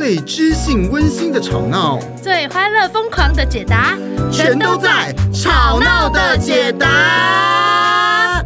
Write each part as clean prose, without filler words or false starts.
最知性温馨的吵闹， 最欢乐疯狂的解答， 全都在吵闹的解答。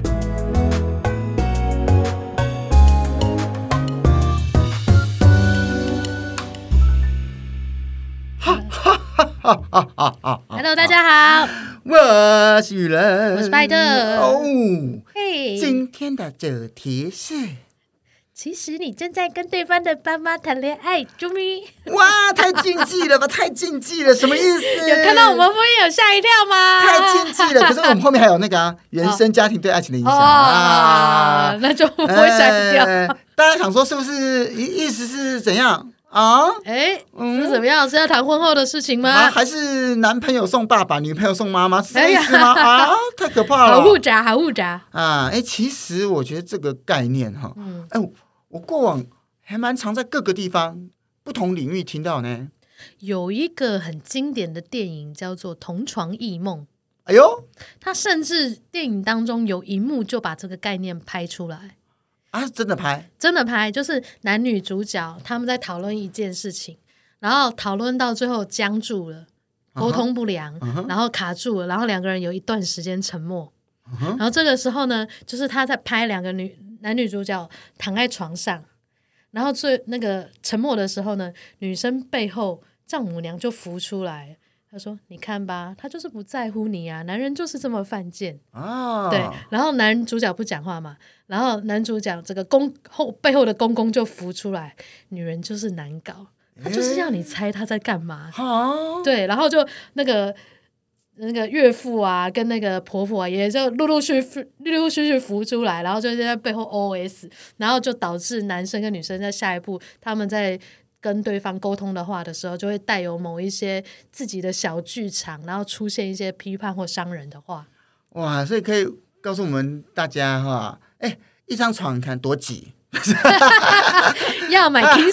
Hello， 大家好， 我是雨人， 我是拜特。 哦， 嘿， 今天的主题是。 其实你正在跟对方的爸妈谈恋爱，啾咪！ 哇，太禁忌了吧，太禁忌了，什么意思？ 有看到我们封面有吓一跳吗？ 太禁忌了，可是我们后面还有那个原生家庭对爱情的影响那就不会吓一跳。 大家想说是不是意思是怎样啊？ 是怎么样？是要谈婚后的事情吗？ 还是男朋友送爸爸，女朋友送妈妈，是这意思吗？太可怕了， 好复杂，好复杂啊！其实我觉得这个概念哈，我过往还蛮常在各个地方不同领域听到呢。 有一个很经典的电影叫做《同床异梦》， 哎呦， 他甚至电影当中有一幕就把这个概念拍出来啊！真的拍， 就是男女主角他们在讨论一件事情，然后讨论到最后僵住了，沟通不良，然后卡住了，然后两个人有一段时间沉默，然后这个时候呢，就是他在拍两个男女主角躺在床上，然后那个沉默的时候呢，女生背后丈母娘就浮出来，她说：“你看吧，他就是不在乎你啊，男人就是这么犯贱啊。”对，然后男主角不讲话嘛，然后男主角这个背后的公公就浮出来，女人就是难搞，他就是要你猜他在干嘛。对，然后就那个岳父啊，跟那个婆婆啊，也就陆陆续续浮出来，然后就在背后 OS， 然后就导致男生跟女生在下一步他们在跟对方沟通的话的时候，就会带有某一些自己的小剧场，然后出现一些批判或伤人的话。 哇，所以可以告诉我们大家哈，一张床你看多挤， 要买 king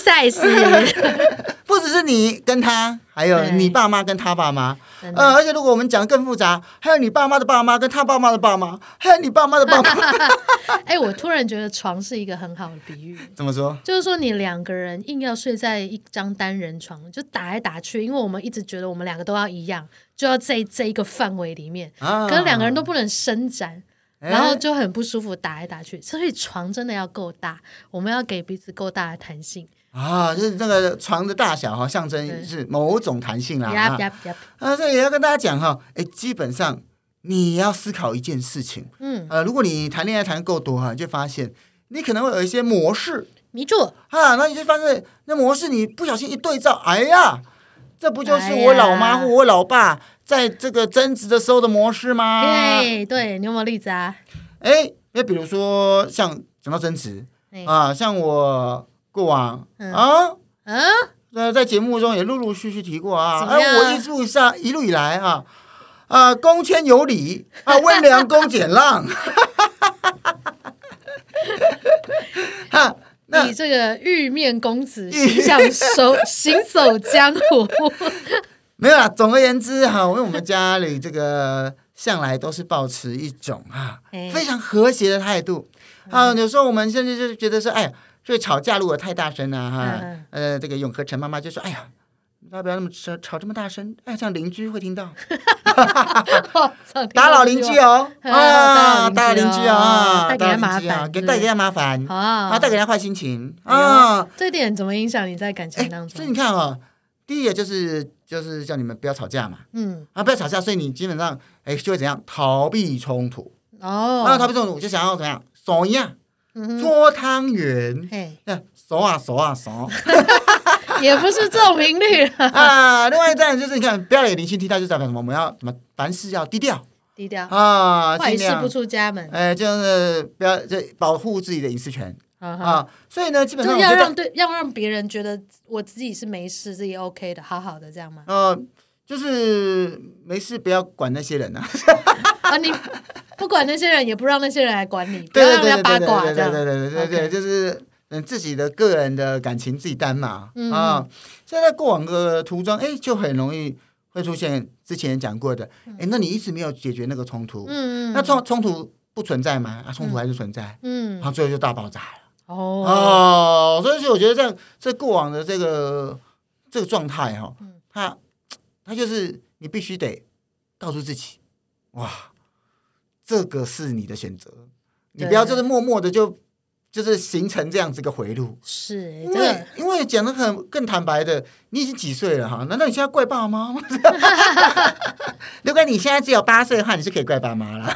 size。 不只是你跟他，还有你爸妈跟他爸妈，而且如果我们讲更复杂，还有你爸妈的爸妈跟他爸妈的爸妈，还有你爸妈的爸妈。 我突然觉得床是一个很好的比喻。 怎么说？就是说你两个人硬要睡在一张单人床，就打来打去，因为我们一直觉得我们两个都要一样，就要在这一个范围里面，可是两个人都不能伸展。然后就很不舒服，打来打去，所以床真的要够大，我们要给彼此够大的弹性啊，就是那个床的大小象征是某种弹性啦。所以也要跟大家讲哈，基本上你要思考一件事情，如果你谈恋爱谈够多哈，你就发现你可能会有一些模式， 没错那你就发现那模式你不小心一对照，哎呀，这不就是我老妈或我老爸在这个争执的时候的模式吗？ 对，你有没有例子啊？ 比如说像讲到争执像我过往在节目中也陆陆续续提过我一路以来公谦有礼温良恭俭让你这个玉面公子形象行走江湖没有啦，总而言之因为我们家里这个向来都是保持一种非常和谐的态度有时候我们甚至就觉得说所以吵架如果太大声了这个永和陈妈妈就说要不要那么吵这么大声这样邻居会听到打扰邻居打扰邻居带给他麻烦带给他麻烦带给他坏心情这点怎么影响你在感情当中？ 所以你看第一个就是叫你们不要吵架嘛不要吵架，所以你基本上就会怎样逃避冲突逃避冲突就想要怎样手一样搓汤圆手也不是这种频率另外一站就是你看不要给邻居听到，就代表什么？我们要什么？凡事要低调坏事不出家门就是不要保护自己的隐私权所以呢基本上要让别人觉得我自己是没事，自己 OK 的，好好的这样吗？ 就是没事不要管那些人你不管那些人，也不让那些人来管你，不要让人家八卦这样。 对，就是自己的个人的感情自己担嘛现在过往的途中就很容易会出现之前讲过的那你一直没有解决那个冲突那冲突不存在吗？冲突还是存在然后最后就大爆炸了所以我觉得这过往的这个这个状态哈，它就是你必须得告诉自己，哇，这个是你的选择，你不要就是默默的就是形成这样子一个回路。 是因为讲的更坦白的，你已经几岁了哈？难道你现在怪爸妈吗？如果你现在只有8岁的话，你是可以怪爸妈了。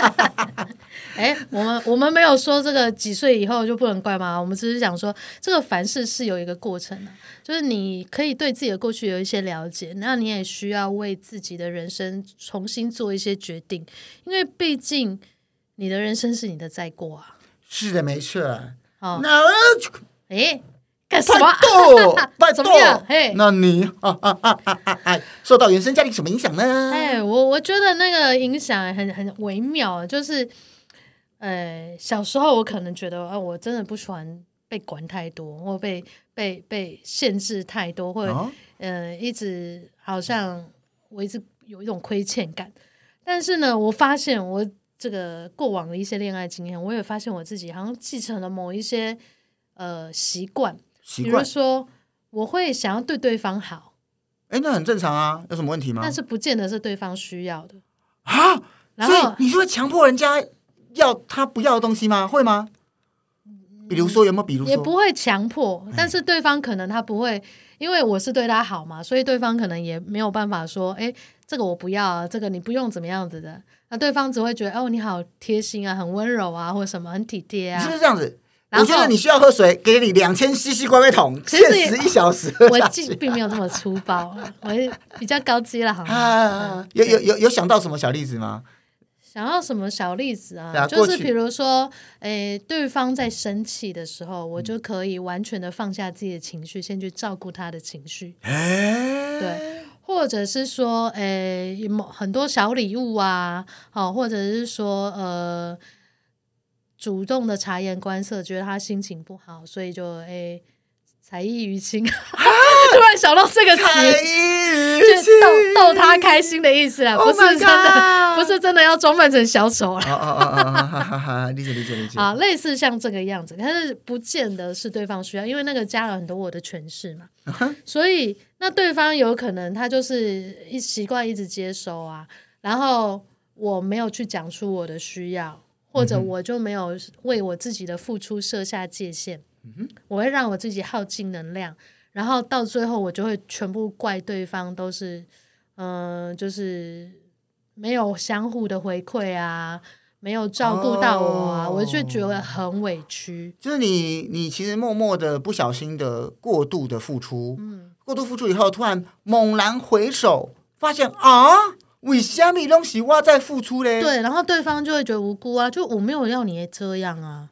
我们没有说这个几岁以后就不能怪妈，我们只是讲说这个凡事是有一个过程的，就是你可以对自己的过去有一些了解，那你也需要为自己的人生重新做一些决定，因为毕竟你的人生是你的再过啊。 是的，没错。 哦， 那干什么？ 拜托， 怎么样？ 那你受到原生家庭什么影响呢？ 我觉得那个影响很微妙，就是小时候我可能觉得我真的不喜欢被管太多，或被限制太多，或者一直好像我一直有一种亏欠感。但是呢，我发现我这个过往的一些恋爱经验，我也发现我自己好像继承了某一些习惯，比如说我会想要对对方好。 那很正常啊，有什么问题吗？ 但是不见得是对方需要的啊。 然后所以你是会强迫人家要他不要的东西吗？会吗？比如说有没有？比如说也不会强迫，但是对方可能他不会，因为我是对他好嘛，所以对方可能也没有办法说，这个我不要啊，这个你不用怎么样子的。那对方只会觉得你好贴心啊，很温柔啊，或者什么很体贴啊。 是不是这样子？我觉得你需要喝水，给你2000cc 乖乖桶，限时1小时。 我并没有这么粗暴，我比较高阶了，好吗？ 有想到什么小例子吗？ 想要什么小例子啊？就是比如说，对方在生气的时候，我就可以完全的放下自己的情绪，先去照顾他的情绪。对，或者是说，很多小礼物啊，或者是说，主动的察言观色，觉得他心情不好，所以就才艺于亲，突然想到这个词，就逗他开心的意思啦，不是真的要装扮成小丑啦。 理解。 好，类似像这个样子，但是不见得是对方需要，因为那个加了很多我的诠释嘛，所以那对方有可能他就是习惯一直接收啊，然后我没有去讲出我的需要，或者我就没有为我自己的付出设下界限。我会让我自己耗尽能量，然后到最后我就会全部怪对方，都是就是没有相互的回馈啊，没有照顾到我啊，我就觉得很委屈。 就是你其实默默的不小心的过度的付出，过度付出以后，突然猛然回首，发现为什么东西我在付出嘞？ 对，然后对方就会觉得无辜啊，就我没有要你这样啊。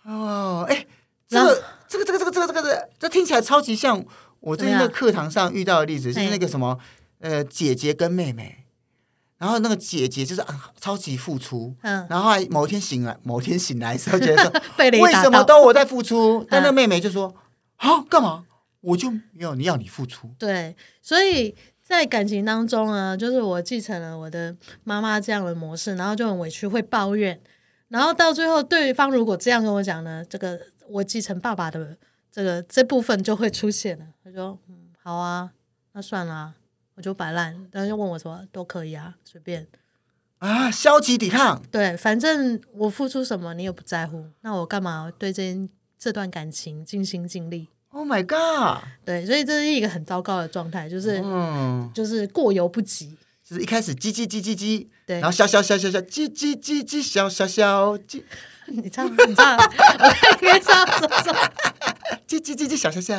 这听起来超级像我最近在课堂上遇到的例子，就是那个什么姐姐跟妹妹，然后那个姐姐就是超级付出，然后某天醒来的时候觉得说为什么都我在付出，但那妹妹就说干嘛我就没有要你付出。 对，所以在感情当中呢，就是我继承了我的妈妈这样的模式，然后就很委屈，会抱怨，然后到最后对方如果这样跟我讲呢，这个我继承爸爸的这部分就会出现了。他说好啊，那算了啊，我就摆烂，然后就问我说都可以啊，随便消极抵抗。 对，反正我付出什么你也不在乎，那我干嘛对这段感情尽心尽力。 Oh my god！ 对，所以这是一个很糟糕的状态，就是过犹不及。 就是一开始叽， 对， 然后笑，叽，笑， 你唱，我看应该这样说， 叽，笑，等，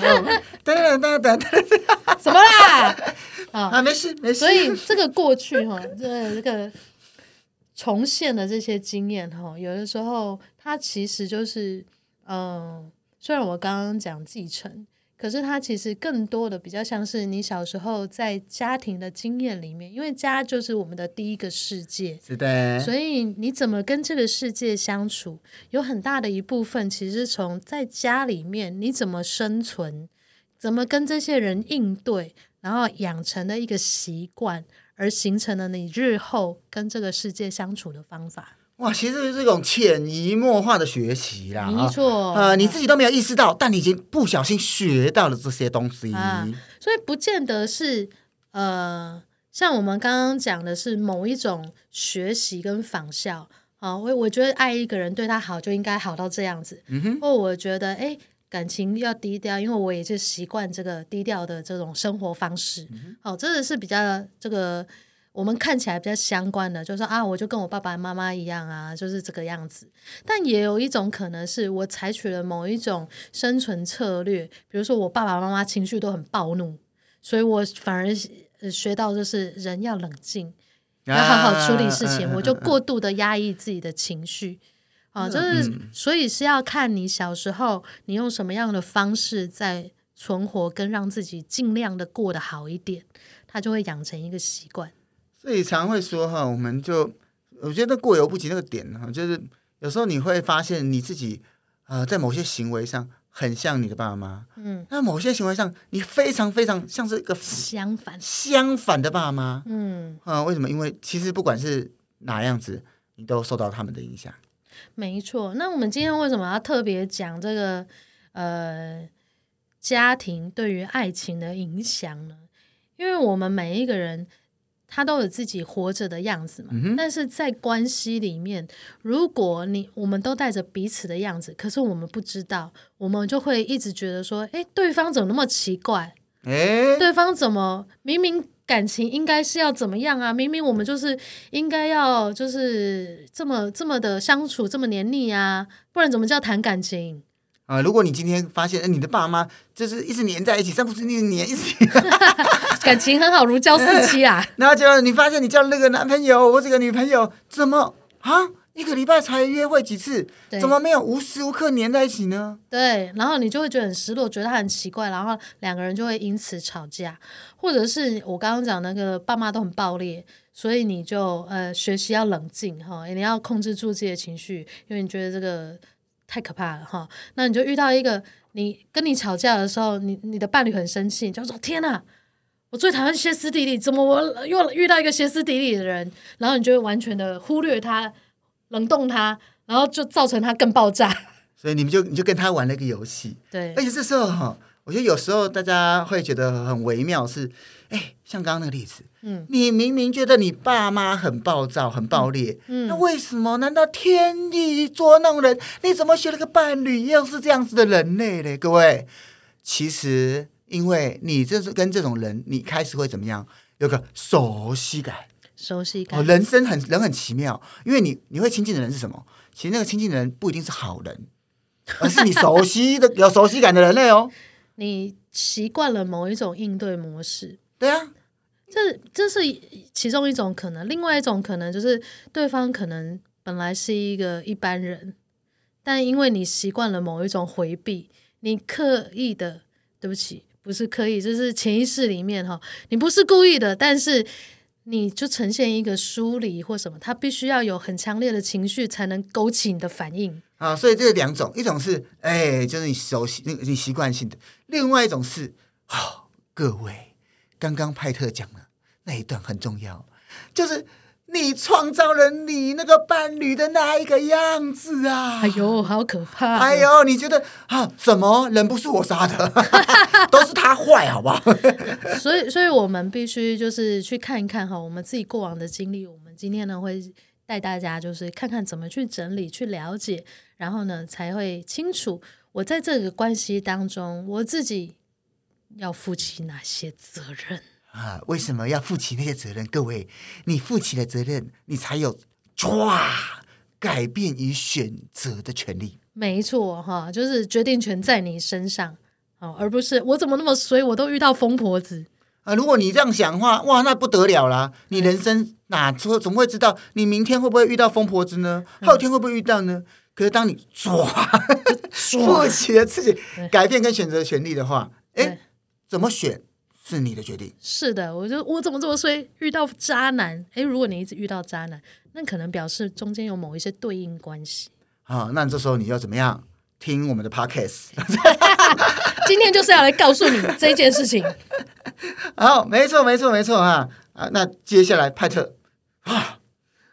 什么啦？ 没事。 所以这个过去这个重现的这些经验有的时候它其实就是虽然我刚刚讲继承，可是它其实更多的比较像是你小时候在家庭的经验里面，因为家就是我们的第一个世界， 是的， 所以你怎么跟这个世界相处，有很大的一部分其实从在家里面你怎么生存，怎么跟这些人应对，然后养成了一个习惯，而形成了你日后跟这个世界相处的方法。 哇，其实是这种潜移默化的学习啦， 没错， 你自己都没有意识到，但你已经不小心学到了这些东西所以不见得是像我们刚刚讲的是某一种学习跟仿效我觉得愛一个人对他好就应该好到这样子，或我觉得感情要低调，因为我也是习惯这个低调的这种生活方式，这个是比较这个我们看起来比较相关的，就是说我就跟我爸爸妈妈一样就是这个样子。但也有一种可能是我采取了某一种生存策略，比如说我爸爸妈妈情绪都很暴怒，所以我反而学到就是人要冷静，要好好处理事情，我就过度的压抑自己的情绪就是所以是要看你小时候你用什么样的方式在存活，跟让自己尽量的过得好一点，它就会养成一个习惯。 所以常会说我们就我觉得过犹不及那个点就是有时候你会发现你自己在某些行为上很像你的爸妈，那某些行为上你非常非常像是一个相反的爸妈，为什么？因为其实不管是哪样子，你都受到他们的影响。 没错。那我们今天为什么要特别讲这个家庭对于爱情的影响呢？因为我们每一个人他都有自己活着的样子嘛，但是在关系里面，如果我们都带着彼此的样子，可是我们不知道，我们就会一直觉得说对方怎么那么奇怪，对方怎么明明感情应该是要怎么样明明我们就是应该要就是这么的相处这么黏腻不然怎么叫谈感情如果你今天发现你的爸妈就是一直黏在一起，三不是一直黏一起感情很好，如胶似漆然后就你发现你交那个男朋友或这个女朋友怎么一个礼拜才约会几次，怎么没有无时无刻黏在一起呢？ 对，然后你就会觉得很失落，觉得他很奇怪，然后两个人就会因此吵架，或者是我刚刚讲那个爸妈都很暴烈，所以你就学习要冷静你要控制住自己的情绪，因为你觉得这个太可怕了那你就遇到一个你跟你吵架的时候，你的伴侣很生气，你就说天哪，我最讨厌歇斯底里，怎么我又遇到一个歇斯底里的人？然后你就会完全的忽略他，冷冻他，然后就造成他更爆炸。 所以你就跟他玩了一个游戏。 对， 而且这时候我觉得有时候大家会觉得很微妙是像刚刚那个例子，你明明觉得你爸妈很暴躁很暴烈，那为什么？难道天意捉弄人？你怎么学了个伴侣又是这样子的人类嘞？各位，其实因为你跟这种人，你开始会怎么样？有个熟悉感。人生人很奇妙，因为你会亲近的人是什么？其实那个亲近的人不一定是好人，而是你熟悉的有熟悉感的人类你习惯了某一种应对模式。 对啊， 这是其中一种可能。另外一种可能就是对方可能本来是一个一般人，但因为你习惯了某一种回避，你刻意的，对不起，不是刻意，就是潜意识里面你不是故意的，但是你就呈现一个疏离或什么，他必须要有很强烈的情绪才能勾起你的反应所以这是两种，一种是就是你熟悉你习惯性的，另外一种是各位刚刚派特讲了那一段很重要，就是你创造了你那个伴侣的那一个样子哎呦好可怕你觉得什么人不是我杀的都是他坏好不好所以我们必须就是去看一看我们自己过往的经历，我们今天呢会带大家就是看看怎么去整理去了解，然后呢才会清楚我在这个关系当中我自己要负起哪些责任为什么要负起那些责任？各位，你负起了责任，你才有改变与选择的权利。 没错就是决定权在你身上而不是我怎么那么衰，我都遇到疯婆子如果你这样想的话，哇，那不得了啦！你人生怎么会知道你明天会不会遇到疯婆子呢？后天会不会遇到呢？可是当你负起了自己改变跟选择的权利的话，怎么选是你的决定。 是的，我怎么这么衰，遇到渣男？如果你一直遇到渣男，那可能表示中间有某一些对应关系那这时候你要怎么样？听我们的 podcast 今天就是要来告诉你这件事情好，没错那接下来派特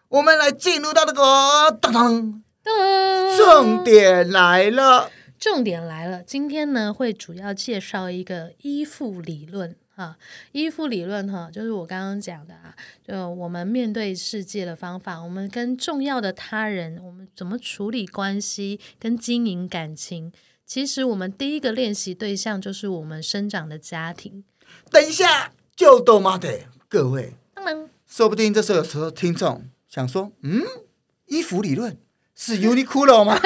我们来进入到那个当当， 噔重点来了。 重点来了，今天呢会主要介绍一个依附理论哈。依附理论哈，就是我刚刚讲的啊，就我们面对世界的方法，我们跟重要的他人，我们怎么处理关系跟经营感情。其实我们第一个练习对象就是我们生长的家庭。 等一下就懂吗的各位， 当然， 说不定这时候有时候听众想说，依附理论是 Uniqlo 吗？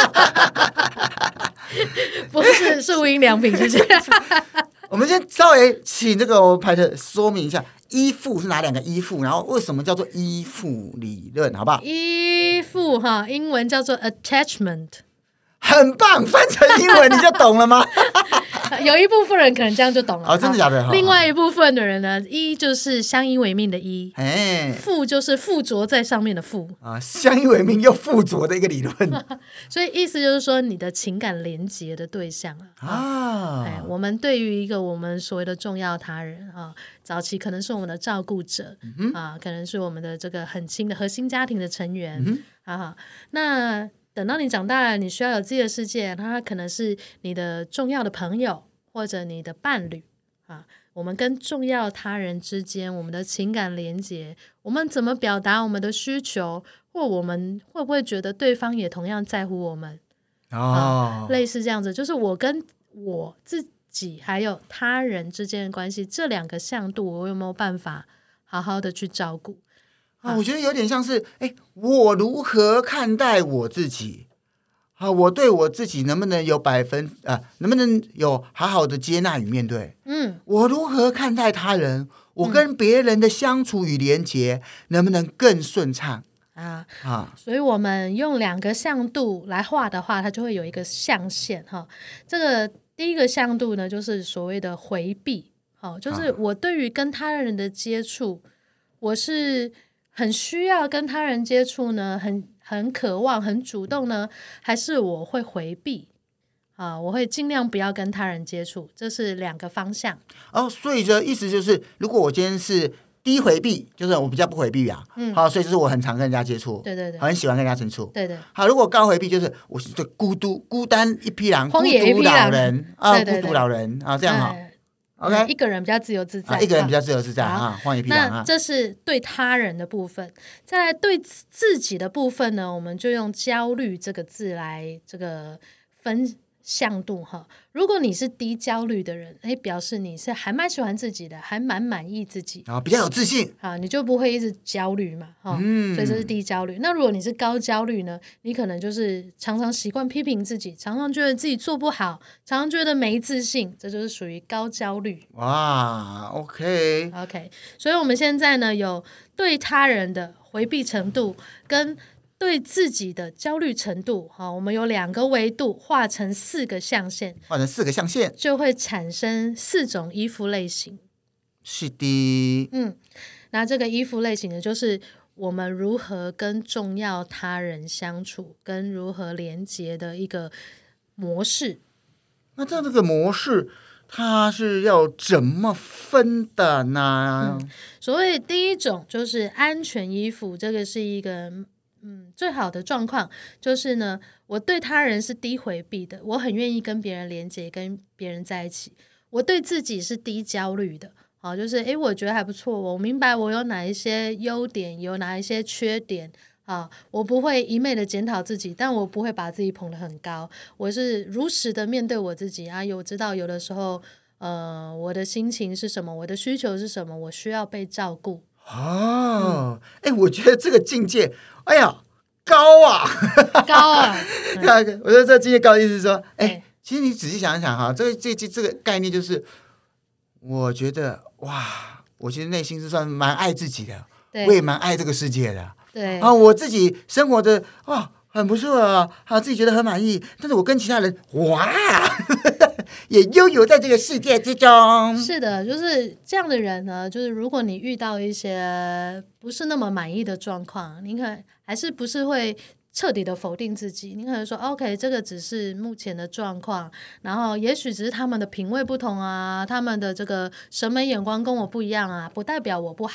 不是，是无印良品，谢谢。 我们先稍微请这个派特说明一下，依附是哪两个依附，然后为什么叫做依附理论，好不好？ 依附哈，英文叫做 attachment。 很棒，翻成英文你就懂了吗？ 有一部分人可能这样就懂了。 哦，真的假的？ 另外一部分的人呢，依就是相依为命的依，附就是附着在上面的附啊，相依为命又附着的一个理论。 所以意思就是说，你的情感连结的对象啊，我们对于一个我们所谓的重要他人啊，早期可能是我们的照顾者啊，可能是我们的这个很亲的核心家庭的成员啊，那。等到你长大了，你需要有自己的世界，他可能是你的重要的朋友或者你的伴侣啊。我们跟重要他人之间，我们的情感连结，我们怎么表达我们的需求，或我们会不会觉得对方也同样在乎我们？类似这样子，就是我跟我自己还有他人之间的关系，这两个向度，我有没有办法好好的去照顾？ 我觉得有点像是，我如何看待我自己？我对我自己能不能有能不能有好好的接纳与面对？我如何看待他人？我跟别人的相处与连结能不能更顺畅？ 所以我们用两个向度来画的话，它就会有一个象限哈。这个第一个向度呢，就是所谓的回避，就是我对于跟他人的接触，我是很需要跟他人接触呢，很渴望、很主动呢，还是我会回避我会尽量不要跟他人接触，这是两个方向。 所以这意思就是，如果我今天是低回避，就是我比较不回避啊，所以就是我很常跟人家接触， 对对对， 很喜欢跟人家接触， 对对。 好，如果高回避，就是我是孤单一匹狼， 荒野一匹狼， 孤独老人啊，孤独老人啊，这样好。OK， 一个人比较自由自在， 一个人比较自由自在荒野一匹狼那这是对他人的部分，再来对自己的部分呢，我们就用焦虑这个字来这个分向度哈。如果你是低焦虑的人，表示你是还蛮喜欢自己的，还蛮满意自己， 比较有自信， 你就不会一直焦虑嘛，所以这是低焦虑。那如果你是高焦虑呢，你可能就是常常习惯批评自己，常常觉得自己做不好，常常觉得没自信，这就是属于高焦虑。 哇 ，OK， 所以我们现在呢有对他人的回避程度跟对自己的焦虑程度，我们有两个维度画成4个象限，就会产生4种依附类型。 是的， 那这个依附类型呢，就是我们如何跟重要他人相处，跟如何连结的一个模式。 那这个模式它是要怎么分的呢？ 所谓第一种就是安全依附，这个是一个最好的状况，就是呢，我对他人是低回避的，我很愿意跟别人连接，跟别人在一起。我对自己是低焦虑的，就是我觉得还不错，我明白我有哪一些优点，有哪一些缺点我不会一昧的检讨自己，但我不会把自己捧得很高，我是如实的面对我自己我知道有的时候我的心情是什么，我的需求是什么，我需要被照顾。 我觉得这个境界，高啊！我觉得这境界高的意思是说，其实你仔细想一想这个概念就是，我觉得我其实内心是算蛮爱自己的，我也蛮爱这个世界的。 对我自己生活的很不错自己觉得很满意，但是我跟其他人也悠游在这个世界之中。 是的，就是这样的人呢，就是如果你遇到一些不是那么满意的状况，你可能还是不是会彻底的否定自己，你可能说 OK， 这个只是目前的状况，然后也许只是他们的品味不同他们的这个审美眼光跟我不一样不代表我不好。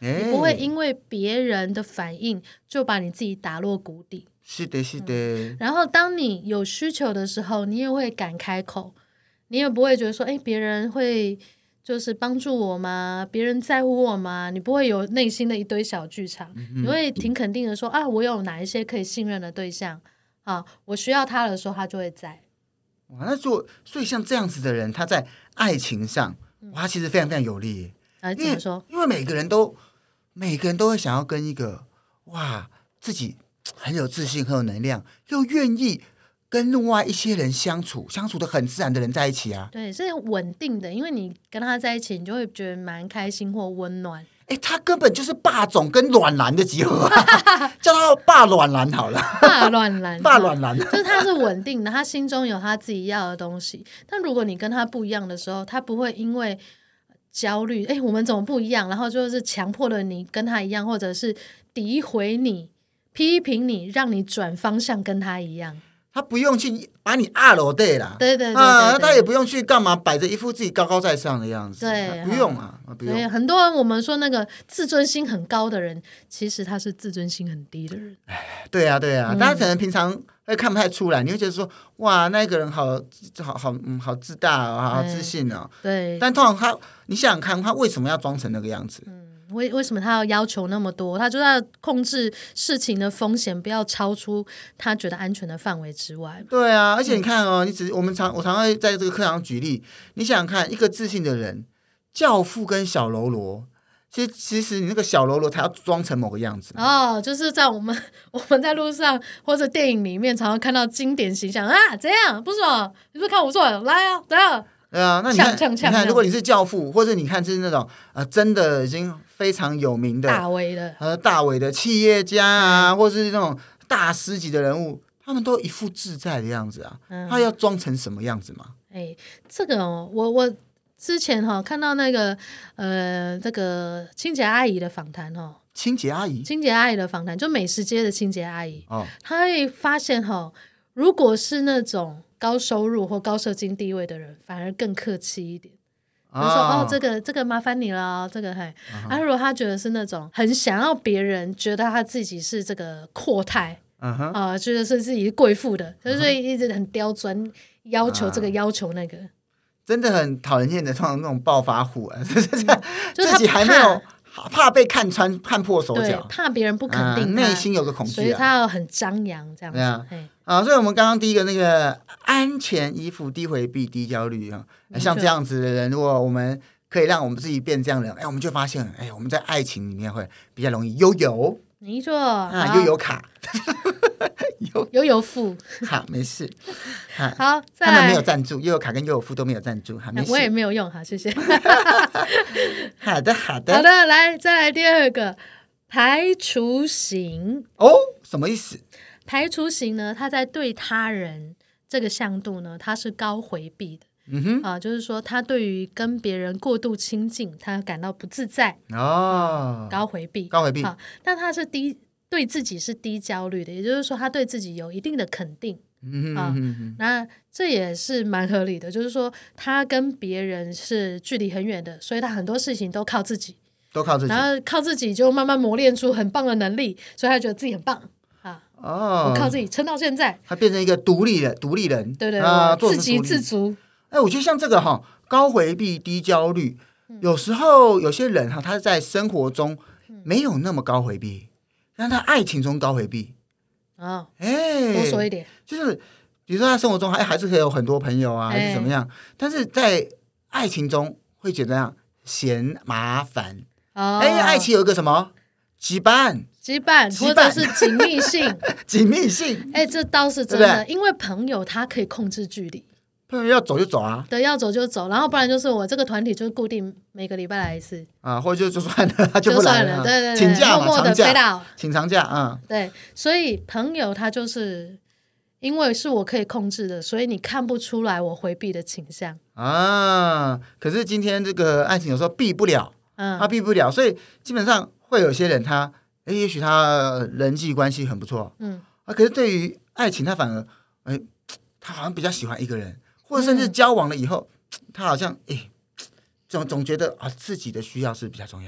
你不会因为别人的反应就把你自己打落谷底。 是的，是的。 然后当你有需求的时候，你也会敢开口，你也不会觉得说，别人会就是帮助我吗？别人在乎我吗？你不会有内心的一堆小剧场，你会挺肯定的说啊，我有哪一些可以信任的对象啊，我需要他的时候，他就会在。 哇，那所以像这样子的人，他在爱情上，哇，他其实非常非常有利。 怎么说？ 因为每个人都会想要跟一个哇自己很有自信、很有能量，又愿意跟另外一些人相处的很自然的人在一起啊。 对，是稳定的，因为你跟他在一起，你就会觉得蛮开心或温暖。 他根本就是霸总跟卵蓝的集合啊，叫他霸卵蓝好了。 霸卵蓝， 霸卵蓝， 就是他是稳定的，他心中有他自己要的东西。但如果你跟他不一样的时候，他不会因为焦虑，我们怎么不一样？然后就是强迫了你跟他一样，或者是诋毁你、批评你，让你转方向跟他一样。 他不用去把你压落地啦， 对对对他也不用去干嘛摆着一副自己高高在上的样子， 对， 不用啊，不用。 对，很多人我们说那个自尊心很高的人，其实他是自尊心很低的人。 对啊，对啊，大家可能平常会看不太出来，你会觉得说哇，那个人好自大哦，好自信哦。 对， 但通常你想想看，他为什么要装成那个样子？ 为什么他要求那么多？他就要控制事情的风险不要超出他觉得安全的范围之外。 对啊，而且你看哦，我常会在这个课堂举例，你想想看，一个自信的人，教父跟小喽啰，其实你那个小喽啰才要装成某个样子哦，就是在我们在路上或者电影里面常常看到经典形象啊，怎样不爽？你是不是看我错了？来啊，怎样？ 对啊，那你看，如果你是教父，或者你看是那种真的已经非常有名的大伟的企业家啊，或是那种大师级的人物，他们都一副自在的样子啊，他要装成什么样子嘛？ 这个我之前看到那个这个清洁阿姨的访谈清洁阿姨的访谈，就美食街的清洁阿姨，她会发现如果是那种高收入或高社经地位的人，反而更客气一点。就说这个麻烦你了，这个如果他觉得是那种很想要别人觉得他自己是这个阔太，觉得是自己是贵妇的，就是一直很刁钻，要求这个要求那个， 真的很讨人厌的那种暴发户啊， 就是自己还没有怕被看穿看破手脚， 怕别人不肯定他， 内心有个恐惧， 所以他要很张扬这样子。 所以我们刚刚第一个那个安全依附、低回避、低焦虑像这样子的人，如果我们可以让我们自己变这样的人，我们就发现我们在爱情里面会比较容易悠游， 没错悠游卡悠游付好，没事。 好， 他们没有赞助，悠游卡跟悠游付都没有赞助，没事， 我也没有用，好，谢谢。 好的， 来，再来第二个排除型什么意思？ 排除型呢，他在对他人这个向度呢，他是高回避的。就是说他对于跟别人过度亲近，他感到不自在高回避。但他是对自己是低焦虑的，也就是说他对自己有一定的肯定。那这也是蛮合理的，就是说他跟别人是距离很远的，所以他很多事情都靠自己，然后靠自己就慢慢磨练出很棒的能力，所以他觉得自己很棒。我靠自己撑到现在， 他变成一个独立人， 对，自给自足。 我觉得像这个高回避低焦虑，有时候有些人他在生活中没有那么高回避，但他爱情中高回避。 多说一点， 就是比如说他生活中还是可以有很多朋友啊，还是怎么样，但是在爱情中会觉得这样嫌麻烦。爱情有一个什么羁绊或者是紧密性紧密性， 这倒是真的，因为朋友他可以控制距离， 朋友要走就走啊， 对，要走就走，然后不然就是我这个团体就是固定每个礼拜来一次或者就算了，他就不来了， 对， 请假嘛， 默默的飞到， 请长假对，所以朋友他就是因为是我可以控制的，所以你看不出来我回避的倾向可是今天这个爱情有时候避不了，他避不了，所以基本上会有些人他也许他人际关系很不错，可是对于爱情他反而他好像比较喜欢一个人，或者甚至交往了以后，他好像总觉得自己的需要是比较重要的。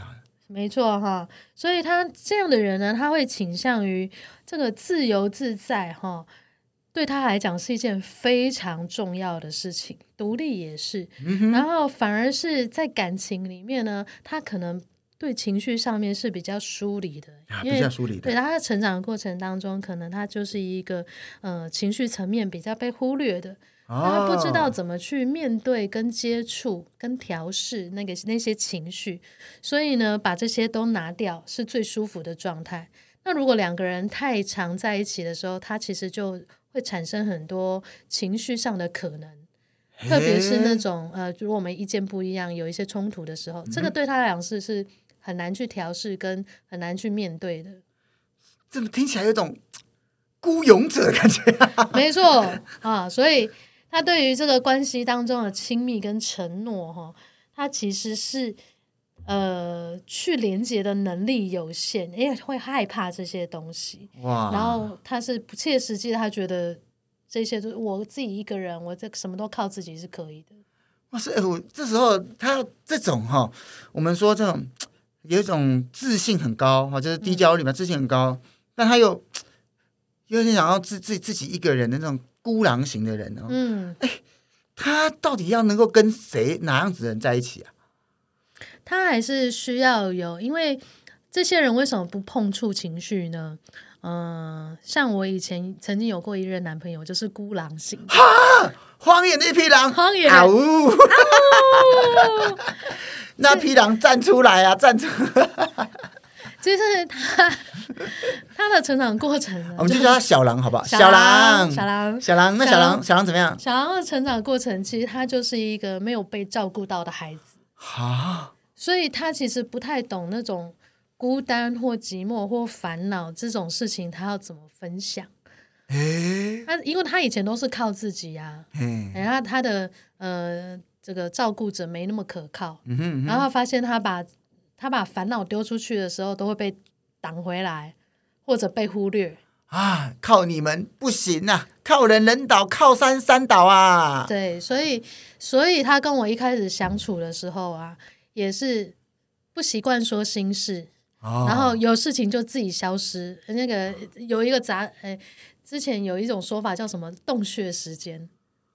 没错哈，所以他这样的人呢，他会倾向于这个自由自在哈，对他来讲是一件非常重要的事情，独立也是。然后反而是在感情里面呢，他可能对情绪上面是比较疏离的，因为比较疏离的， 对他的成长过程当中，可能他就是一个情绪层面比较被忽略的。他不知道怎么去面对、跟接触、跟调试那些情绪，所以呢，把这些都拿掉是最舒服的状态。那如果两个人太常在一起的时候，他其实就会产生很多情绪上的可能，特别是那种如果我们意见不一样，有一些冲突的时候，这个对他来讲是很难去调试跟很难去面对的。 这么听起来有种孤勇者的感觉没错啊，所以他对于这个关系当中的亲密跟承诺哈，他其实是去连接的能力有限，也会害怕这些东西。哇！然后他是不切实际的，他觉得这些就是我自己一个人，我这什么都靠自己是可以的。 哇塞！我这时候他这种哈，我们说这种有一种自信很高哈，就是低焦虑嘛，自信很高，但他有点想要自己一个人的那种孤狼型的人哦。他到底要能够跟哪样子的人在一起啊？ 他还是需要因为这些人为什么不碰触情绪呢？像我以前曾经有过一任男朋友，就是孤狼型的。 哈，荒野的一匹狼， 荒野啊呜！那匹狼站出来啊，站出来！ 就是他的成长过程呢， 我们就叫他小狼好不好？ 小狼， 那小狼怎么样？ 小狼的成长过程，其实他就是一个没有被照顾到的孩子所以他其实不太懂那种孤单或寂寞或烦恼这种事情，他要怎么分享？因为他以前都是靠自己啊，然后他的这个照顾者没那么可靠，然后他发现他把烦恼丢出去的时候，都会被挡回来，或者被忽略啊！靠你们不行啊，靠人倒，靠山倒啊！ 对，所以他跟我一开始相处的时候啊，也是不习惯说心事，然后有事情就自己消失。那个有一个之前有一种说法叫什么洞穴时间。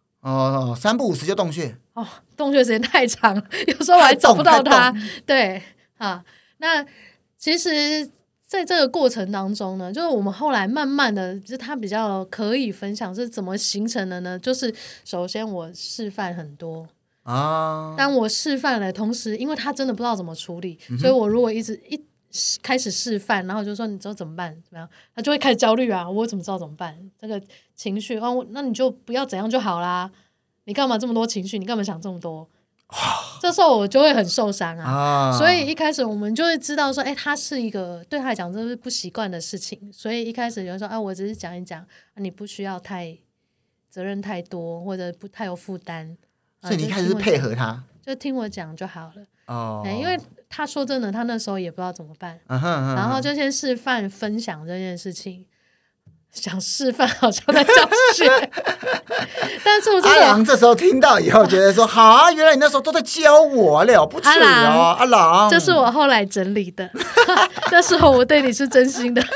3不5时就洞穴。 洞穴时间太长了，有时候我还找不到他。对啊，那其实在这个过程当中呢，就是我们后来慢慢的，就是他比较可以分享是怎么形成的呢？就是首先我示范很多当我示范了，同时因为他真的不知道怎么处理，所以我如果一开始示范，然后就说你知道怎么办？怎么样？他就会开始焦虑啊！我怎么知道怎么办？这个情绪那你就不要怎样就好啦。你干嘛这么多情绪？你干嘛想这么多？这时候我就会很受伤所以一开始我们就会知道说，他是一个对他来讲这是不习惯的事情，所以一开始有人说，我只是讲一讲，你不需要责任太多，或者不太有负担。 所以你一开始是配合他， 就听我讲就好了。因为他说真的，他那时候也不知道怎么办，然后就先示范分享这件事情。想示范好像在教学但是阿郎这时候听到以后觉得说好啊，原来你那时候都在教我，了不起阿郎这是我后来整理的那时候我对你是真心的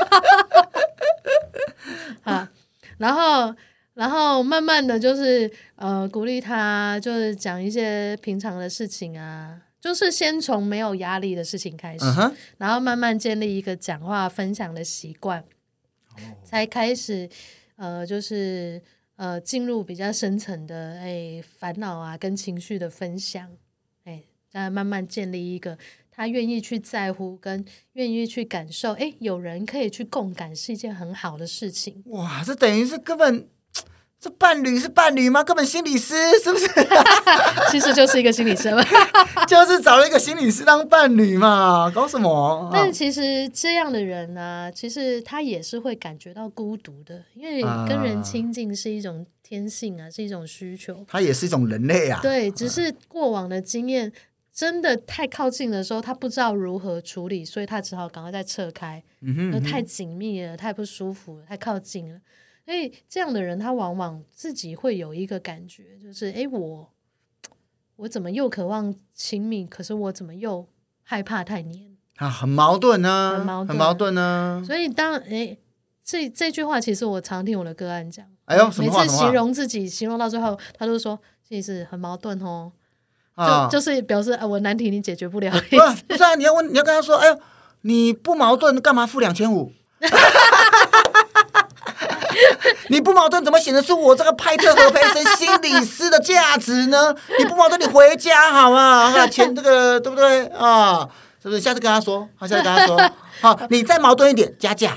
然后慢慢的就是鼓励他，就是讲一些平常的事情啊，就是先从没有压力的事情开始然后慢慢建立一个讲话分享的习惯才开始就是进入比较深层的烦恼啊跟情绪的分享再慢慢建立一个他愿意去在乎跟愿意去感受有人可以去共感是一件很好的事情。 哇，这等于是根本这伴侣是伴侣吗？根本心理师是不是其实就是一个心理师就是找了一个心理师当伴侣嘛，搞什么但其实这样的人呢其实他也是会感觉到孤独的，因为跟人亲近是一种天性是一种需求， 他也是一种人类对，只是过往的经验真的太靠近的时候他不知道如何处理，所以他只好赶快再撤开太紧密了，太不舒服了，太靠近了，所以这样的人他往往自己会有一个感觉，就是我怎么又渴望亲密，可是我怎么又害怕太黏啊，很矛盾呢， 很矛盾呢。 所以这句话其实我常听我的个案讲， 哎呦，什么话？ 每次形容自己，形容到最后，他都说其实很矛盾哦，就是表示我难题你解决不了。 不是啊，你要跟他说，哎呦，你不矛盾，干嘛付2500？你不矛盾怎么显得出我这个派特和培生心理师的价值呢？你不矛盾，你回家好吗？钱这个对不对啊？是不是？下次跟他说，下次跟他说，好，你再矛盾一点，加价。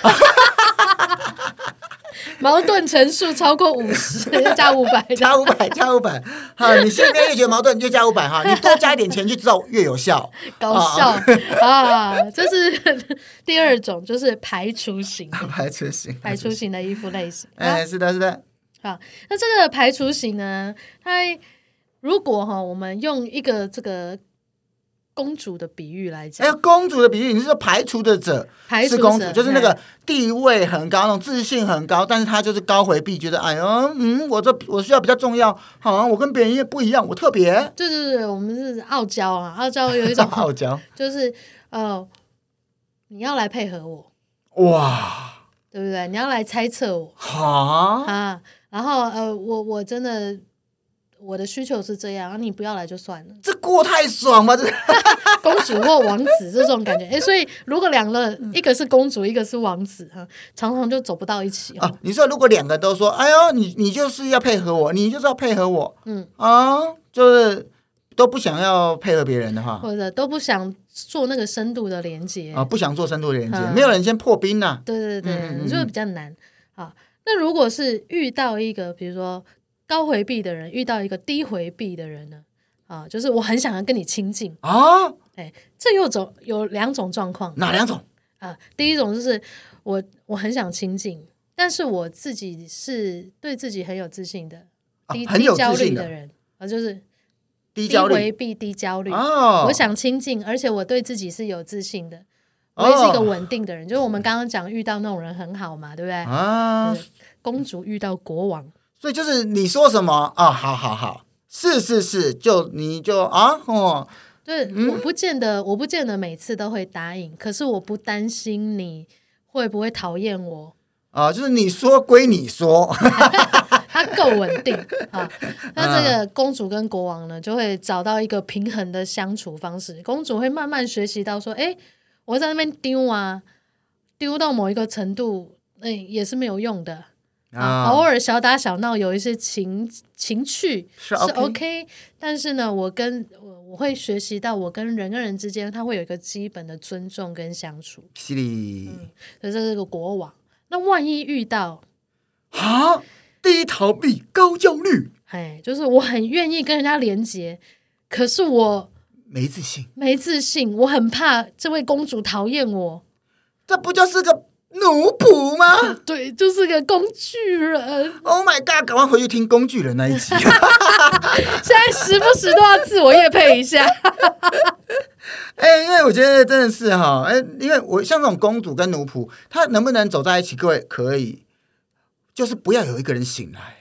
矛盾陈述超过50，要加500， 加500。哈，你现在越觉得矛盾，越加500哈，你多加一点钱就知道越有效。 搞笑啊！这是第二种，就是排除型的依附类型。 是的。 好，那这个排除型呢，它如果我们用一个这个公主的比喻来讲， 公主的比喻，你是说排除的者是公主，就是那个地位很高、那种自信很高，但是她就是高回避，觉得哎呦，我需要比较重要，好，我跟别人不一样，我特别。 对，我们是傲娇啊，傲娇有一种傲娇， 就是你要来配合我， 哇， 对不对？你要来猜测我， 啊， 然后我真的。我的需求是这样，你不要来就算了。 这过太爽了，这公主或王子这种感觉，所以如果两个一个是公主，一个是王子，常常就走不到一起啊。你说如果两个都说，哎呦，你就是要配合我，你就是要配合我，就是都不想要配合别人的话， 或者都不想做那个深度的连接啊，不想做深度的连接，没有人先破冰呐。 对，就会比较难啊。那如果是遇到一个，比如说。高回避的人遇到一个低回避的人呢，就是我很想要跟你亲近啊，这有2种状况， 哪2种啊？第一种就是我很想亲近，但是我自己是对自己很有自信的，低焦虑的人就是低回避、低焦虑。我想亲近，而且我对自己是有自信的，我也是一个稳定的人。就是我们刚刚讲遇到那种人很好嘛，对不对？啊，公主遇到国王。 所以就是你说什么啊？好，是，你就对，我不见得每次都会答应，可是我不担心你会不会讨厌我啊，就是你说归你说， 他够稳定啊。那这个公主跟国王呢，就会找到一个平衡的相处方式。公主会慢慢学习到说，我在那边丢到某一个程度，也是没有用的。偶尔小打小闹有一些情趣是 OK， 但是呢，我会学习到我跟人之间，他会有一个基本的尊重跟相处。 是的， 这是个国王。那万一遇到低逃避高焦虑， 就是我很愿意跟人家连结，可是我没自信， 我很怕这位公主讨厌我， 这不就是个奴仆吗？ 对，就是个工具人。 Oh my god！ 赶快回去听工具人那一集。现在时不时都要自我业配一下。 因为我觉得真的是因为我像这种公主跟奴仆，他能不能走在一起？各位可以，就是不要有一个人醒来。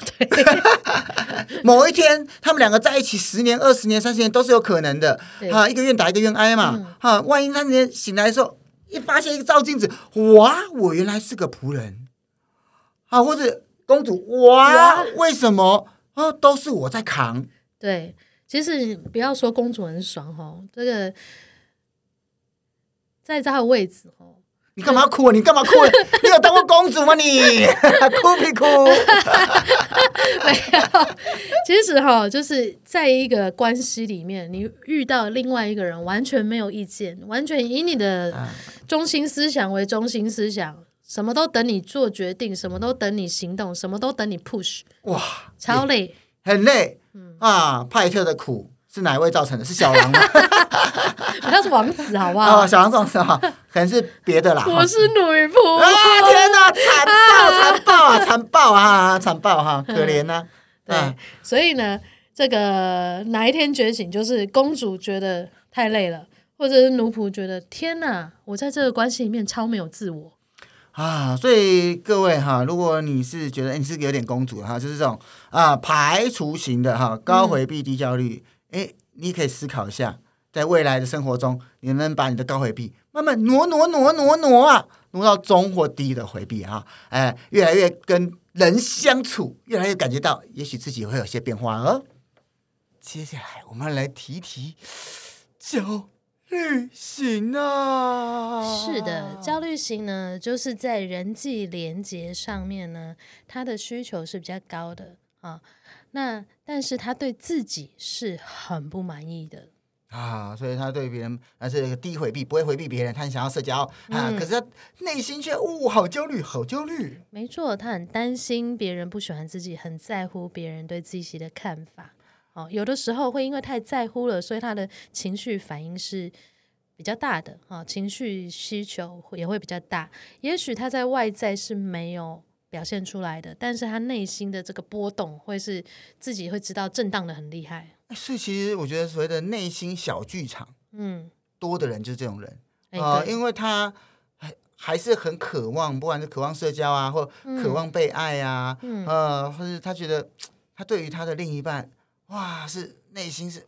某一天他们2个在一起10年、20年、30年都是有可能的。一个愿打一个愿挨嘛。万一30年醒来的时候。一发现一个照镜子，哇！我原来是个仆人或者公主，哇！为什么都是我在扛？ 对，其实不要说公主很爽这个在她的位置你干嘛哭？你有当过公主吗？你哭屁哭？ 没有，其实就是在一个关系里面，你遇到另外一个人完全没有意见，完全以你的中心思想为中心思想，什么都等你做决定，什么都等你行动，什么都等你 push， 哇，超累， 很累派特的苦是哪一位造成的？是小狼吗？ 他是王子好不好？ 小狼造成的可能是别的啦。 我是女仆天哪，惨爆可怜啊。 对，所以呢，这个哪一天觉醒，就是公主觉得太累了，或者是奴仆觉得天哪，我在这个关系里面超没有自我所以各位如果你是觉得你是有点公主就是这种排除型的高回避低焦虑，你可以思考一下， 在未来的生活中，你能把你的高回避慢慢挪啊，挪到中或低的回避啊，越来越跟人相处，越来越感觉到，也许自己会有些变化哦。接下来我们来提焦虑型啊。 是的，焦虑型呢，就是在人际连结上面呢，他的需求是比较高的啊。但是他对自己是很不满意的啊，所以他对别人是低回避，不会回避别人，他很想要社交啊，可是他内心却好焦虑，好焦虑。 没错，他很担心别人不喜欢自己，很在乎别人对自己的看法。有的时候会因为太在乎了，所以他的情绪反应是比较大的，情绪需求也会比较大。也许他在外在是没有表现出来的，但是他内心的这个波动会是自己会知道震荡的很厉害。 所以其实我觉得所谓的内心小剧场，多的人就是这种人因为他还是很渴望，不管是渴望社交啊，或渴望被爱啊，或是他觉得他对于他的另一半，哇，是内心是